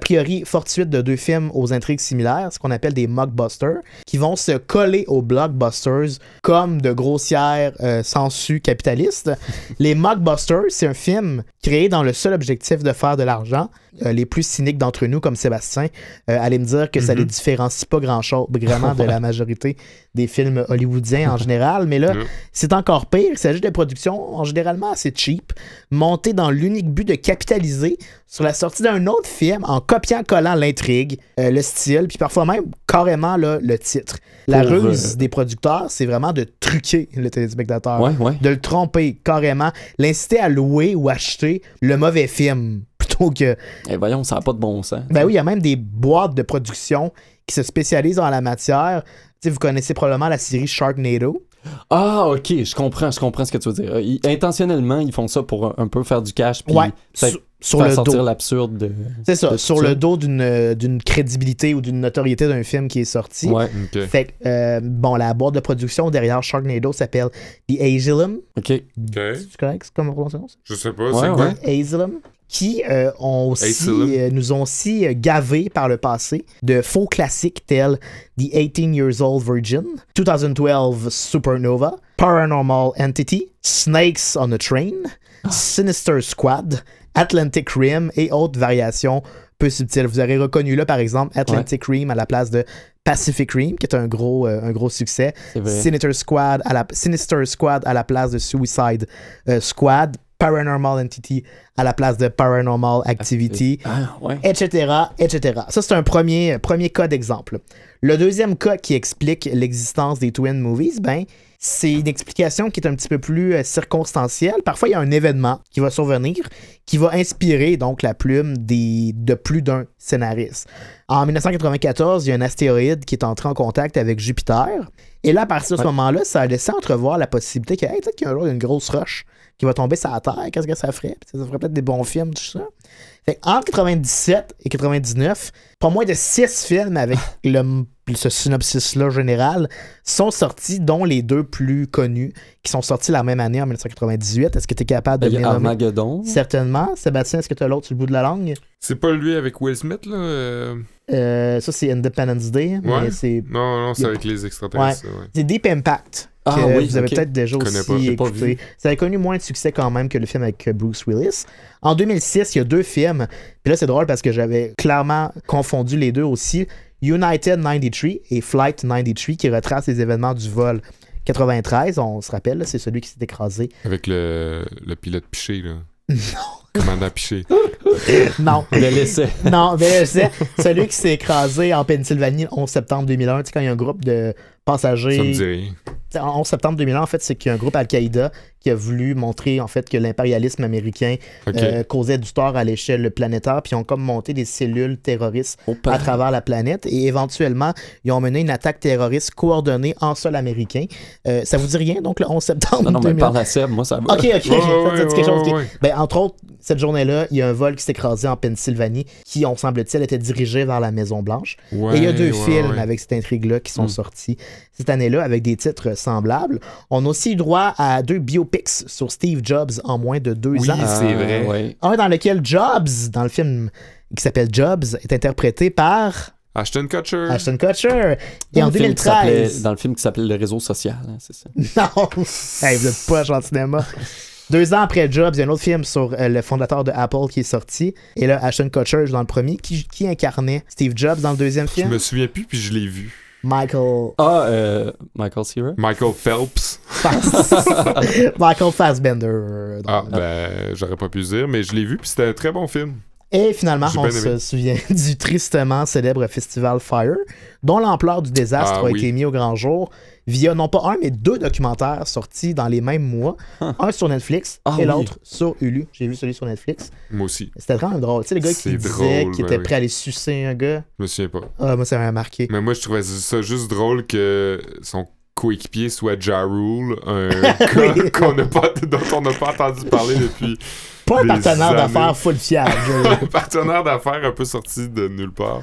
[SPEAKER 3] de 2 films aux intrigues similaires, ce qu'on appelle des mockbusters, qui vont se coller aux blockbusters comme de grossières sangsues capitalistes. Les mockbusters, c'est un film créé dans le seul objectif de faire de l'argent. Les plus cyniques d'entre nous, comme Sébastien, allaient me dire que ça les différencie pas grand-chose, vraiment, de la majorité des films hollywoodiens en général. Mais là, c'est encore pire. Il s'agit de productions généralement assez cheap, montées dans l'unique but de capitaliser sur la sortie d'un autre film en copiant-collant l'intrigue, le style, puis parfois même carrément là, le titre. La ruse des producteurs, c'est vraiment de truquer le téléspectateur, de le tromper carrément, l'inciter à louer ou acheter le mauvais film. Plutôt que...
[SPEAKER 2] voyons, ça n'a pas de bon sens.
[SPEAKER 3] Ben oui, il y a même des boîtes de production qui se spécialisent en la matière. Tu sais, vous connaissez probablement la série Sharknado.
[SPEAKER 2] Ah, ok, je comprends ce que tu veux dire. Intentionnellement, ils font ça pour un peu faire du cash, puis
[SPEAKER 3] sur le
[SPEAKER 2] sortir
[SPEAKER 3] dos.
[SPEAKER 2] l'absurde.
[SPEAKER 3] C'est ça, sur le dos d'une crédibilité ou d'une notoriété d'un film qui est sorti.
[SPEAKER 2] Ouais.
[SPEAKER 1] OK.
[SPEAKER 3] Fait que, la boîte de production derrière Sharknado s'appelle The Asylum.
[SPEAKER 2] Ok.
[SPEAKER 1] OK.
[SPEAKER 3] C'est correct? Comment on prononce ça?
[SPEAKER 1] Je sais pas, c'est quoi?
[SPEAKER 3] Asylum. Qui
[SPEAKER 1] Asylum.
[SPEAKER 3] nous ont aussi gavés par le passé de faux classiques tels The 18 Years Old Virgin, 2012 Supernova, Paranormal Entity, Snakes on a Train, Sinister Squad, Atlantic Rim et autres variations peu subtiles. Vous aurez reconnu là, par exemple, Atlantic Rim à la place de Pacific Rim, qui est un gros succès. Sinister Squad à la place de Suicide Squad. Paranormal Entity à la place de Paranormal Activity, etc., etc. Ça, c'est un premier cas d'exemple. Le deuxième cas qui explique l'existence des twin movies, c'est une explication qui est un petit peu plus circonstancielle. Parfois, il y a un événement qui va survenir, qui va inspirer donc la plume de plus d'un scénariste. En 1994, il y a un astéroïde qui est entré en contact avec Jupiter. Et là, à partir de ce moment-là, ça a laissé entrevoir la possibilité peut-être qu'il y a un jour une grosse roche qui va tomber sur la Terre. Qu'est-ce que ça ferait? Ça ferait peut-être des bons films, tout ça. Fait entre 97 et 99, pas moins de 6 films avec ce synopsis-là général sont sortis, dont les 2 plus connus, qui sont sortis la même année, en 1998. Est-ce que tu es capable de les nommer?
[SPEAKER 2] Armageddon.
[SPEAKER 3] Certainement. Sébastien, est-ce que tu as l'autre sur le bout de la langue?
[SPEAKER 1] C'est pas lui avec Will Smith, là?
[SPEAKER 3] Ça, c'est Independence Day.
[SPEAKER 1] Ouais.
[SPEAKER 3] Mais c'est...
[SPEAKER 1] Non, c'est avec les extraterrestres. Ouais.
[SPEAKER 3] C'est Deep Impact. Vous avez peut-être déjà aussi écouté. Ça a connu moins de succès quand même que le film avec Bruce Willis. En 2006, il y a 2 films. Puis là, c'est drôle parce que j'avais clairement confondu les 2 aussi. United 93 et Flight 93 qui retracent les événements du vol 93. On se rappelle, là, c'est celui qui s'est écrasé.
[SPEAKER 1] Avec le pilote Piché, là.
[SPEAKER 3] Non.
[SPEAKER 1] Commandant Piché.
[SPEAKER 3] Non.
[SPEAKER 2] Bel essai.
[SPEAKER 3] Non, bel essai. Celui qui s'est écrasé en Pennsylvanie le 11 septembre 2001, tu sais, quand il y a un groupe de passagers...
[SPEAKER 1] Ça me dit rien.
[SPEAKER 3] En 11 septembre 2001, en fait, c'est qu'il y a un groupe Al-Qaïda qui a voulu montrer, en fait, que l'impérialisme américain causait du tort à l'échelle planétaire, puis ils ont comme monté des cellules terroristes à travers la planète, et éventuellement, ils ont mené une attaque terroriste coordonnée en sol américain. Ça vous dit rien, donc, le 11 septembre 2001?
[SPEAKER 2] Non, mais par la Seb, moi, ça va.
[SPEAKER 3] OK, ça dit quelque chose. Entre autres, cette journée-là, il y a un vol qui s'est écrasé en Pennsylvanie qui, on semble-t-il, était dirigé vers la Maison-Blanche. Et il y a 2 films avec cette intrigue-là qui sont sortis cette année-là avec des titres semblables. On a aussi eu droit à 2 biopics sur Steve Jobs en moins de 2 ans.
[SPEAKER 1] Oui, c'est vrai.
[SPEAKER 3] Un dans lequel Jobs, dans le film qui s'appelle Jobs, est interprété par...
[SPEAKER 1] Ashton Kutcher.
[SPEAKER 3] Et en 2013...
[SPEAKER 2] Dans le film qui s'appelait Le Réseau Social, hein, c'est ça.
[SPEAKER 3] Non! Hey, vous êtes pas en cinéma. 2 ans après Jobs, il y a un autre film sur le fondateur de Apple qui est sorti. Et là, Ashton Kutcher, dans le premier, qui incarnait Steve Jobs dans le deuxième film?
[SPEAKER 1] Je me souviens plus, puis je l'ai vu.
[SPEAKER 3] Michael
[SPEAKER 2] Cera?
[SPEAKER 1] Michael Phelps.
[SPEAKER 3] Michael Fassbender.
[SPEAKER 1] J'aurais pas pu dire, mais je l'ai vu, puis c'était un très bon film.
[SPEAKER 3] Et finalement, on se souvient du tristement célèbre festival Fire, dont l'ampleur du désastre a été mis au grand jour via non pas 1, mais 2 documentaires sortis dans les mêmes mois. Un sur Netflix et l'autre sur Hulu. J'ai vu celui sur Netflix.
[SPEAKER 1] Moi aussi.
[SPEAKER 3] C'était vraiment drôle. Tu sais, le gars qui disait qu'il était prêt à aller sucer un gars.
[SPEAKER 1] Je me souviens pas.
[SPEAKER 3] Moi, ça m'a marqué.
[SPEAKER 1] Mais moi, je trouvais ça juste drôle que son coéquipier soit Ja Rule, un gars dont on n'a pas entendu parler depuis...
[SPEAKER 3] Pas un partenaire d'affaires full fiable.
[SPEAKER 1] Un partenaire d'affaires un peu sorti de nulle part.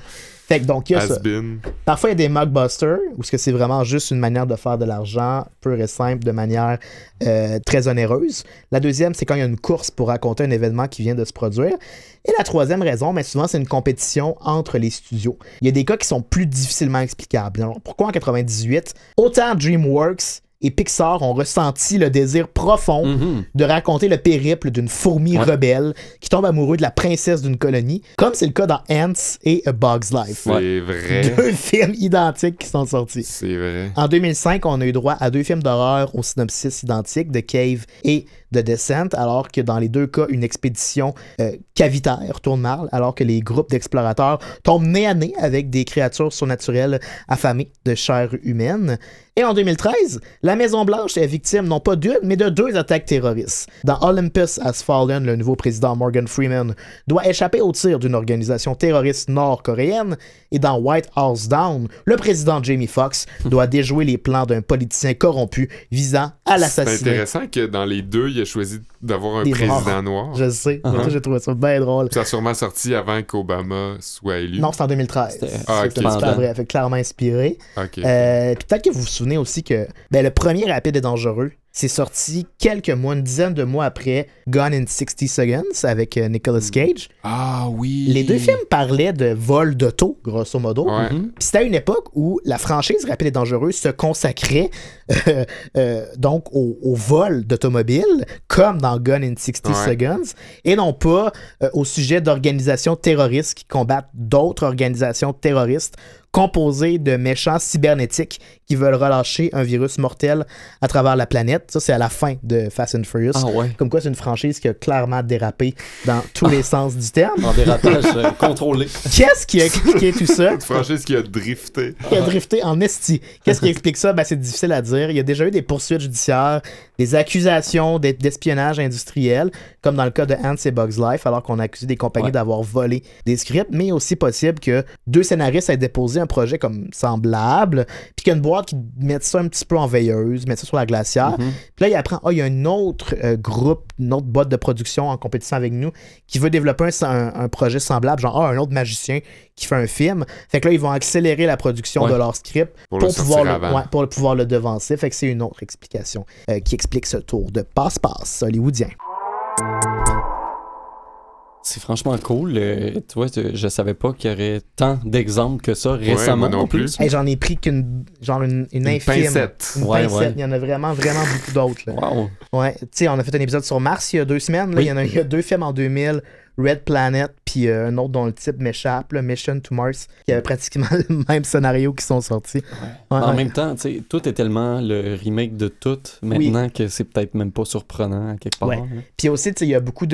[SPEAKER 3] Fait que donc, il y a ça.
[SPEAKER 1] Has-been.
[SPEAKER 3] Parfois, il y a des mockbusters, où c'est vraiment juste une manière de faire de l'argent, pure et simple, de manière très onéreuse. La deuxième, c'est quand il y a une course pour raconter un événement qui vient de se produire. Et la troisième raison, mais souvent, c'est une compétition entre les studios. Il y a des cas qui sont plus difficilement explicables. Alors, pourquoi en 98, autant DreamWorks et Pixar ont ressenti le désir profond de raconter le périple d'une fourmi rebelle qui tombe amoureux de la princesse d'une colonie, comme c'est le cas dans Ants et A Bug's Life.
[SPEAKER 1] C'est vrai.
[SPEAKER 3] 2 films identiques qui sont sortis.
[SPEAKER 1] C'est vrai.
[SPEAKER 3] En 2005, on a eu droit à 2 films d'horreur au synopsis identique, The Cave et The Descent, alors que dans les 2 cas, une expédition cavitaire tourne mal, alors que les groupes d'explorateurs tombent nez à nez avec des créatures surnaturelles affamées de chair humaine. Et en 2013, la Maison-Blanche est victime non pas d'une, mais de 2 attaques terroristes. Dans Olympus Has Fallen, le nouveau président Morgan Freeman doit échapper au tir d'une organisation terroriste nord-coréenne. Et dans White House Down, le président Jamie Foxx doit déjouer les plans d'un politicien corrompu visant à l'assassiner.
[SPEAKER 1] C'est intéressant que dans les 2, il a choisi d'avoir un
[SPEAKER 3] Des
[SPEAKER 1] président noir.
[SPEAKER 3] Je sais, j'ai trouvé ça bien drôle.
[SPEAKER 1] Ça a sûrement sorti avant qu'Obama soit élu.
[SPEAKER 3] Non, c'est en 2013.
[SPEAKER 1] ok.
[SPEAKER 3] C'est pas vrai, fait clairement inspiré.
[SPEAKER 1] Ok.
[SPEAKER 3] Puis peut-être que vous vous souvenez aussi que le premier Rapide et Dangereux, c'est sorti quelques mois, une dizaine de mois après Gone in 60 Seconds avec Nicolas Cage.
[SPEAKER 1] Ah oui.
[SPEAKER 3] Les 2 films parlaient de vol d'auto, grosso modo.
[SPEAKER 1] Ouais.
[SPEAKER 3] Puis c'était à une époque où la franchise Rapide et Dangereux se consacrait donc au vol d'automobile, comme dans Gone in 60 Seconds, et non pas au sujet d'organisations terroristes qui combattent d'autres organisations terroristes composées de méchants cybernétiques qui veulent relâcher un virus mortel à travers la planète. Ça, c'est à la fin de Fast and Furious.
[SPEAKER 2] Ah ouais.
[SPEAKER 3] Comme quoi, c'est une franchise qui a clairement dérapé dans tous les sens du terme.
[SPEAKER 2] En dérapage contrôlé.
[SPEAKER 3] Qu'est-ce qui a expliqué tout ça?
[SPEAKER 1] Une franchise qui a drifté.
[SPEAKER 3] Qui a drifté en esti. Qu'est-ce qui explique ça? C'est difficile à dire. Il y a déjà eu des poursuites judiciaires, des accusations d'espionnage industriel, comme dans le cas de Ants et Bug's Life, alors qu'on a accusé des compagnies d'avoir volé des scripts, mais aussi possible que 2 scénaristes aient déposé un projet comme semblable, puis qu'il y a une boîte qui mette ça un petit peu en veilleuse, mette ça sur la glacière. Puis là, il apprend, il y a un autre groupe, une autre boîte de production en compétition avec nous qui veut développer un projet semblable, genre un autre magicien qui fait un film. Fait que là, ils vont accélérer la production de leur script pour pouvoir le devancer. Fait que c'est une autre explication qui explique ce tour de passe-passe hollywoodien.
[SPEAKER 2] C'est franchement cool. Tu vois, je savais pas qu'il y aurait tant d'exemples que ça récemment.
[SPEAKER 1] moi non plus.
[SPEAKER 3] Hey, j'en ai pris une infime.
[SPEAKER 1] Pincette.
[SPEAKER 3] Une pincette. Il y en a vraiment beaucoup d'autres. Là.
[SPEAKER 2] Wow.
[SPEAKER 3] Ouais. Tu sais, on a fait un épisode sur Mars il y a 2 semaines. Là. Il y a 2 films en 2000. Red Planet, puis un autre dont le titre m'échappe, Mission to Mars, qui avait pratiquement le même scénario qui sont sortis.
[SPEAKER 2] En même temps, tu sais, tout est tellement le remake de tout maintenant que c'est peut-être même pas surprenant à quelque part.
[SPEAKER 3] Ouais. Puis aussi, tu sais, il y a beaucoup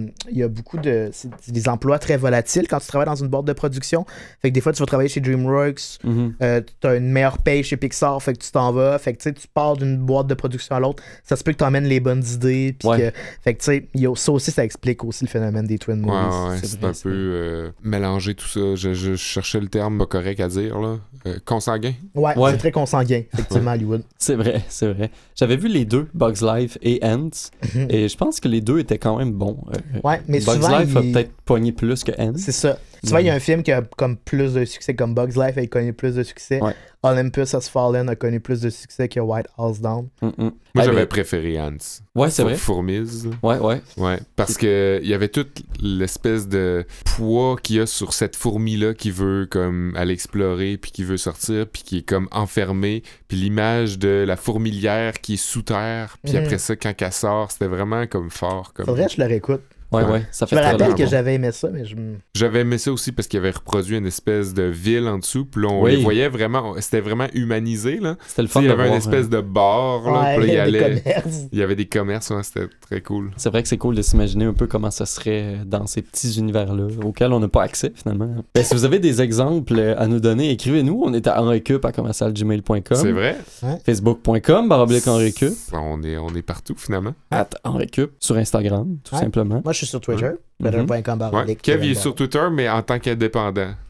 [SPEAKER 3] de c'est des emplois très volatiles quand tu travailles dans une boîte de production. Fait que des fois, tu vas travailler chez DreamWorks, tu as une meilleure paye chez Pixar, fait que tu t'en vas. Fait que tu sais, tu pars d'une boîte de production à l'autre. Ça se peut que tu emmènes les bonnes idées. Puis fait que tu sais, ça aussi, ça explique aussi le phénomène des twin.
[SPEAKER 1] Ouais, c'est un peu mélanger tout ça. Je cherchais le terme correct à dire, là. Consanguin.
[SPEAKER 3] Ouais, c'est très consanguin, effectivement, Hollywood.
[SPEAKER 2] C'est vrai. J'avais vu les 2, Bug's Life et Ants, et je pense que les 2 étaient quand même bons.
[SPEAKER 3] Ouais, mais
[SPEAKER 2] Bug's
[SPEAKER 3] souvent,
[SPEAKER 2] Life a peut-être pogné plus que Ants.
[SPEAKER 3] C'est ça. Souvent, il y a un film qui a comme plus de succès, comme Bug's Life a connu plus de succès. Ouais. Olympus Has Fallen a connu plus de succès que White House Down.
[SPEAKER 1] Moi, j'avais préféré Ants.
[SPEAKER 2] Ouais, c'est vrai.
[SPEAKER 1] Fourmise.
[SPEAKER 2] Ouais.
[SPEAKER 1] Parce que il y avait toute l'espèce de poids qu'il y a sur cette fourmi-là qui veut comme aller explorer, puis qui veut sortir, puis qui est comme enfermée. Puis l'image de la fourmilière qui est sous terre, puis après ça, quand elle sort, c'était vraiment comme fort.
[SPEAKER 3] Faudrait que je le réécoute.
[SPEAKER 2] Ouais, ça fait
[SPEAKER 3] je me
[SPEAKER 2] très
[SPEAKER 3] rappelle que
[SPEAKER 2] bon.
[SPEAKER 3] j'avais aimé ça, mais
[SPEAKER 1] J'avais aimé ça aussi parce qu'il avait reproduit une espèce de ville en dessous, puis là, on les voyait vraiment, c'était vraiment humanisé, là.
[SPEAKER 2] C'était le fun
[SPEAKER 1] de
[SPEAKER 2] de
[SPEAKER 1] voir. Il y avait une espèce de bar, là, puis là, il y avait des commerces, c'était très cool.
[SPEAKER 2] C'est vrai que c'est cool de s'imaginer un peu comment ça serait dans ces petits univers-là, auxquels on n'a pas accès, finalement. Ben, si vous avez des exemples à nous donner, écrivez-nous. On est à enrecup@commercialgmail.com.
[SPEAKER 1] C'est vrai.
[SPEAKER 2] Facebook.com/enrecup.
[SPEAKER 1] On est partout, finalement.
[SPEAKER 2] @enrecup sur Instagram, tout simplement.
[SPEAKER 3] Moi, je suis sur Twitter.
[SPEAKER 1] Kev, il est sur Twitter, mais en tant qu'indépendant.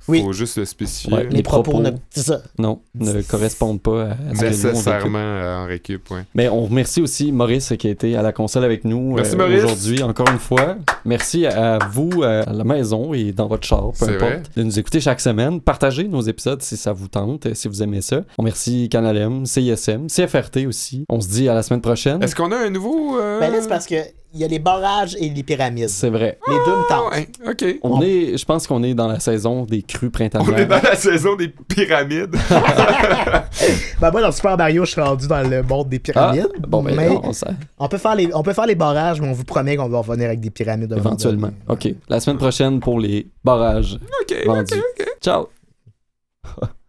[SPEAKER 3] Oui.
[SPEAKER 1] Faut juste le spécifier.
[SPEAKER 2] Ouais.
[SPEAKER 3] Les
[SPEAKER 2] Les
[SPEAKER 3] propos,
[SPEAKER 2] propos.
[SPEAKER 3] c'est ça.
[SPEAKER 2] Non, ne correspondent pas à ce que nous, on véhicule.
[SPEAKER 1] Nécessairement en récup, ouais.
[SPEAKER 2] Mais on remercie aussi Maurice qui a été à la console avec nous
[SPEAKER 1] Merci, Maurice.
[SPEAKER 2] aujourd'hui, encore une fois. Merci à vous à la maison et dans votre char, peu
[SPEAKER 1] C'est
[SPEAKER 2] importe,
[SPEAKER 1] vrai.
[SPEAKER 2] de nous écouter chaque semaine. Partagez nos épisodes si ça vous tente, si vous aimez ça. On remercie Canal M, CISM, CFRT aussi. On se dit à la semaine prochaine.
[SPEAKER 1] Est-ce qu'on a un nouveau...
[SPEAKER 3] Ben là, c'est parce que il y a les barrages et les pyramides.
[SPEAKER 2] C'est vrai.
[SPEAKER 3] Les deux me tentent.
[SPEAKER 1] Ouais, OK.
[SPEAKER 2] Je pense qu'on est dans la saison des crues
[SPEAKER 1] On est
[SPEAKER 2] printanières.
[SPEAKER 1] dans la saison des pyramides.
[SPEAKER 3] Ben moi, dans Super Mario, je suis rendu dans le monde des
[SPEAKER 2] Ah,
[SPEAKER 3] pyramides.
[SPEAKER 2] bon, ben,
[SPEAKER 3] mais
[SPEAKER 2] on
[SPEAKER 3] peut faire les barrages, mais on vous promet qu'on va revenir avec des pyramides.
[SPEAKER 2] éventuellement. OK. La semaine prochaine pour les barrages
[SPEAKER 1] OK,
[SPEAKER 2] vendus.
[SPEAKER 1] OK, OK.
[SPEAKER 2] Ciao!